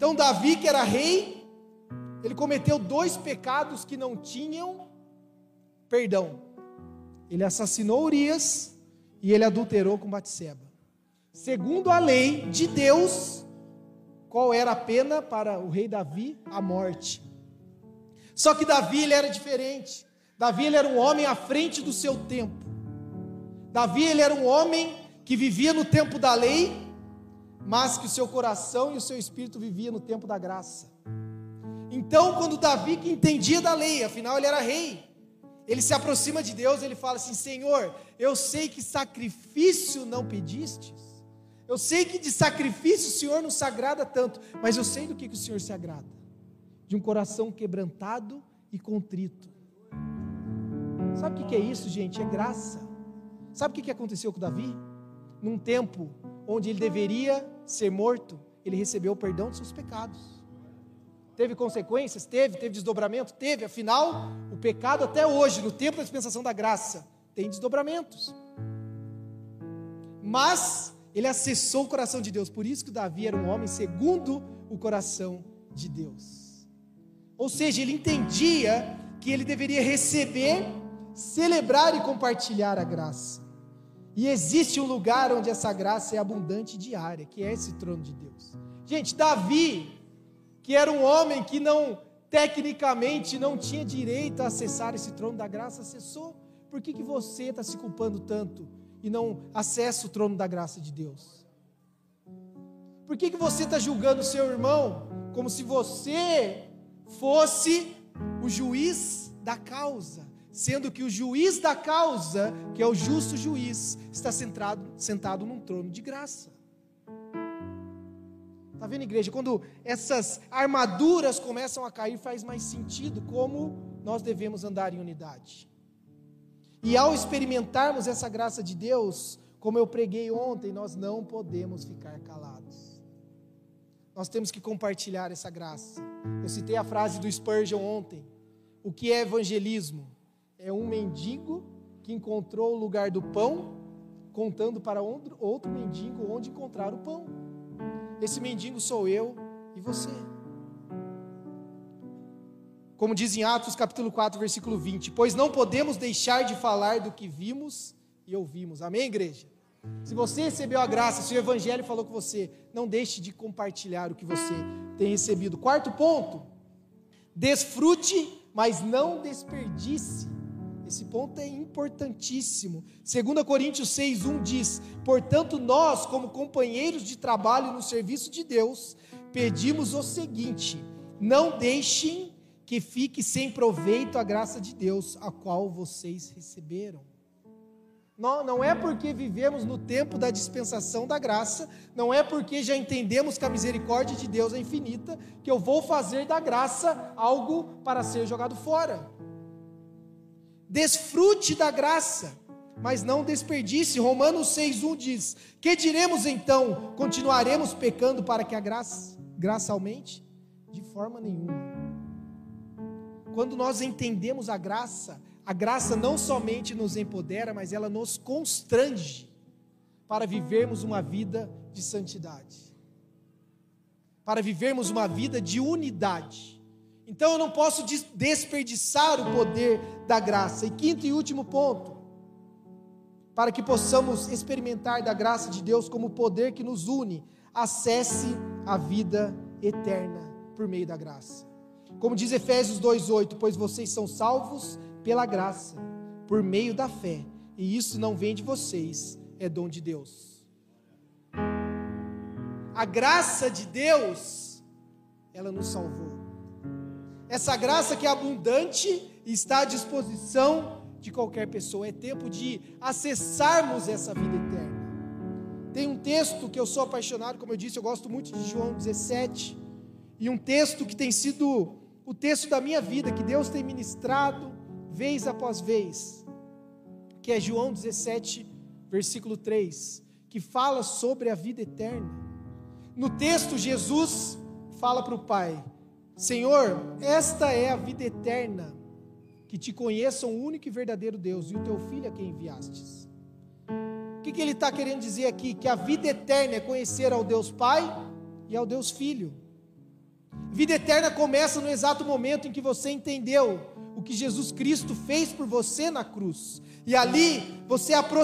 Então Davi, que era rei, ele cometeu 2 pecados que não tinham perdão. Ele assassinou Urias e ele adulterou com Batseba. Segundo a lei de Deus, qual era a pena para o rei Davi? A morte. Só que Davi, ele era diferente. Davi, ele era um homem à frente do seu tempo. Davi, ele era um homem que vivia no tempo da lei, mas que o seu coração e o seu espírito vivia no tempo da graça. Então, quando Davi, que entendia da lei, afinal ele era rei, ele se aproxima de Deus, ele fala assim: Senhor, eu sei que sacrifício não pedistes, eu sei que de sacrifício o Senhor não se agrada tanto, mas eu sei do que o Senhor se agrada, de um coração quebrantado e contrito. Sabe o que é isso, gente? É graça. Sabe o que aconteceu com Davi? Num tempo onde ele deveria ser morto, ele recebeu o perdão de seus pecados. Teve consequências? Teve desdobramento? Teve, afinal, o pecado até hoje, no tempo da dispensação da graça, tem desdobramentos. Mas ele acessou o coração de Deus, por isso que Davi era um homem segundo o coração de Deus. Ou seja, ele entendia que ele deveria receber, celebrar e compartilhar a graça. E existe um lugar onde essa graça é abundante e diária, que é esse trono de Deus. Gente, Davi, que era um homem que não, tecnicamente, não tinha direito a acessar esse trono da graça, acessou. Por que você está se culpando tanto e não acessa o trono da graça de Deus? Por que você está julgando o seu irmão como se você fosse o juiz da causa, sendo que o juiz da causa, que é o justo juiz, está sentado num trono de graça? Está vendo, igreja? Quando essas armaduras começam a cair, faz mais sentido como nós devemos andar em unidade. E ao experimentarmos essa graça de Deus, como eu preguei ontem, nós não podemos ficar calados. Nós temos que compartilhar essa graça. Eu citei a frase do Spurgeon ontem. O que é evangelismo? É um mendigo que encontrou o lugar do pão, contando para outro mendigo onde encontrar o pão. Esse mendigo sou eu e você. Como diz em Atos capítulo 4, versículo 20, pois não podemos deixar de falar do que vimos e ouvimos. Amém, igreja? Se você recebeu a graça, se o evangelho falou com você, não deixe de compartilhar o que você tem recebido. 4º ponto, desfrute, mas não desperdice. Esse ponto é importantíssimo. 2 Coríntios 6:1 diz: portanto nós, como companheiros de trabalho no serviço de Deus, pedimos o seguinte: não deixem que fique sem proveito a graça de Deus, a qual vocês receberam. Não é porque vivemos no tempo da dispensação da graça, não é porque já entendemos que a misericórdia de Deus é infinita, que eu vou fazer da graça algo para ser jogado fora. Desfrute da graça, mas não desperdice. Romanos 6:1 diz: que diremos então? Continuaremos pecando para que a graça aumente? De forma nenhuma. Quando nós entendemos a graça não somente nos empodera, mas ela nos constrange para vivermos uma vida de santidade, para vivermos uma vida de unidade. Então eu não posso desperdiçar o poder da graça. E 5º e último ponto, para que possamos experimentar da graça de Deus como poder que nos une, acesse a vida eterna por meio da graça. Como diz Efésios 2:8, pois vocês são salvos pela graça, por meio da fé, e isso não vem de vocês, é dom de Deus. A graça de Deus, ela nos salvou. Essa graça que é abundante e está à disposição de qualquer pessoa. É tempo de acessarmos essa vida eterna. Tem um texto que eu sou apaixonado, como eu disse, eu gosto muito de João 17, e um texto que tem sido o texto da minha vida, que Deus tem ministrado vez após vez, que é João 17, versículo 3, que fala sobre a vida eterna. No texto, Jesus fala para o Pai: Senhor, esta é a vida eterna, que te conheçam o único e verdadeiro Deus e o teu Filho a quem enviastes. O que ele está querendo dizer aqui? Que a vida eterna é conhecer ao Deus Pai e ao Deus Filho. Vida eterna começa no exato momento em que você entendeu o que Jesus Cristo fez por você na cruz. E ali você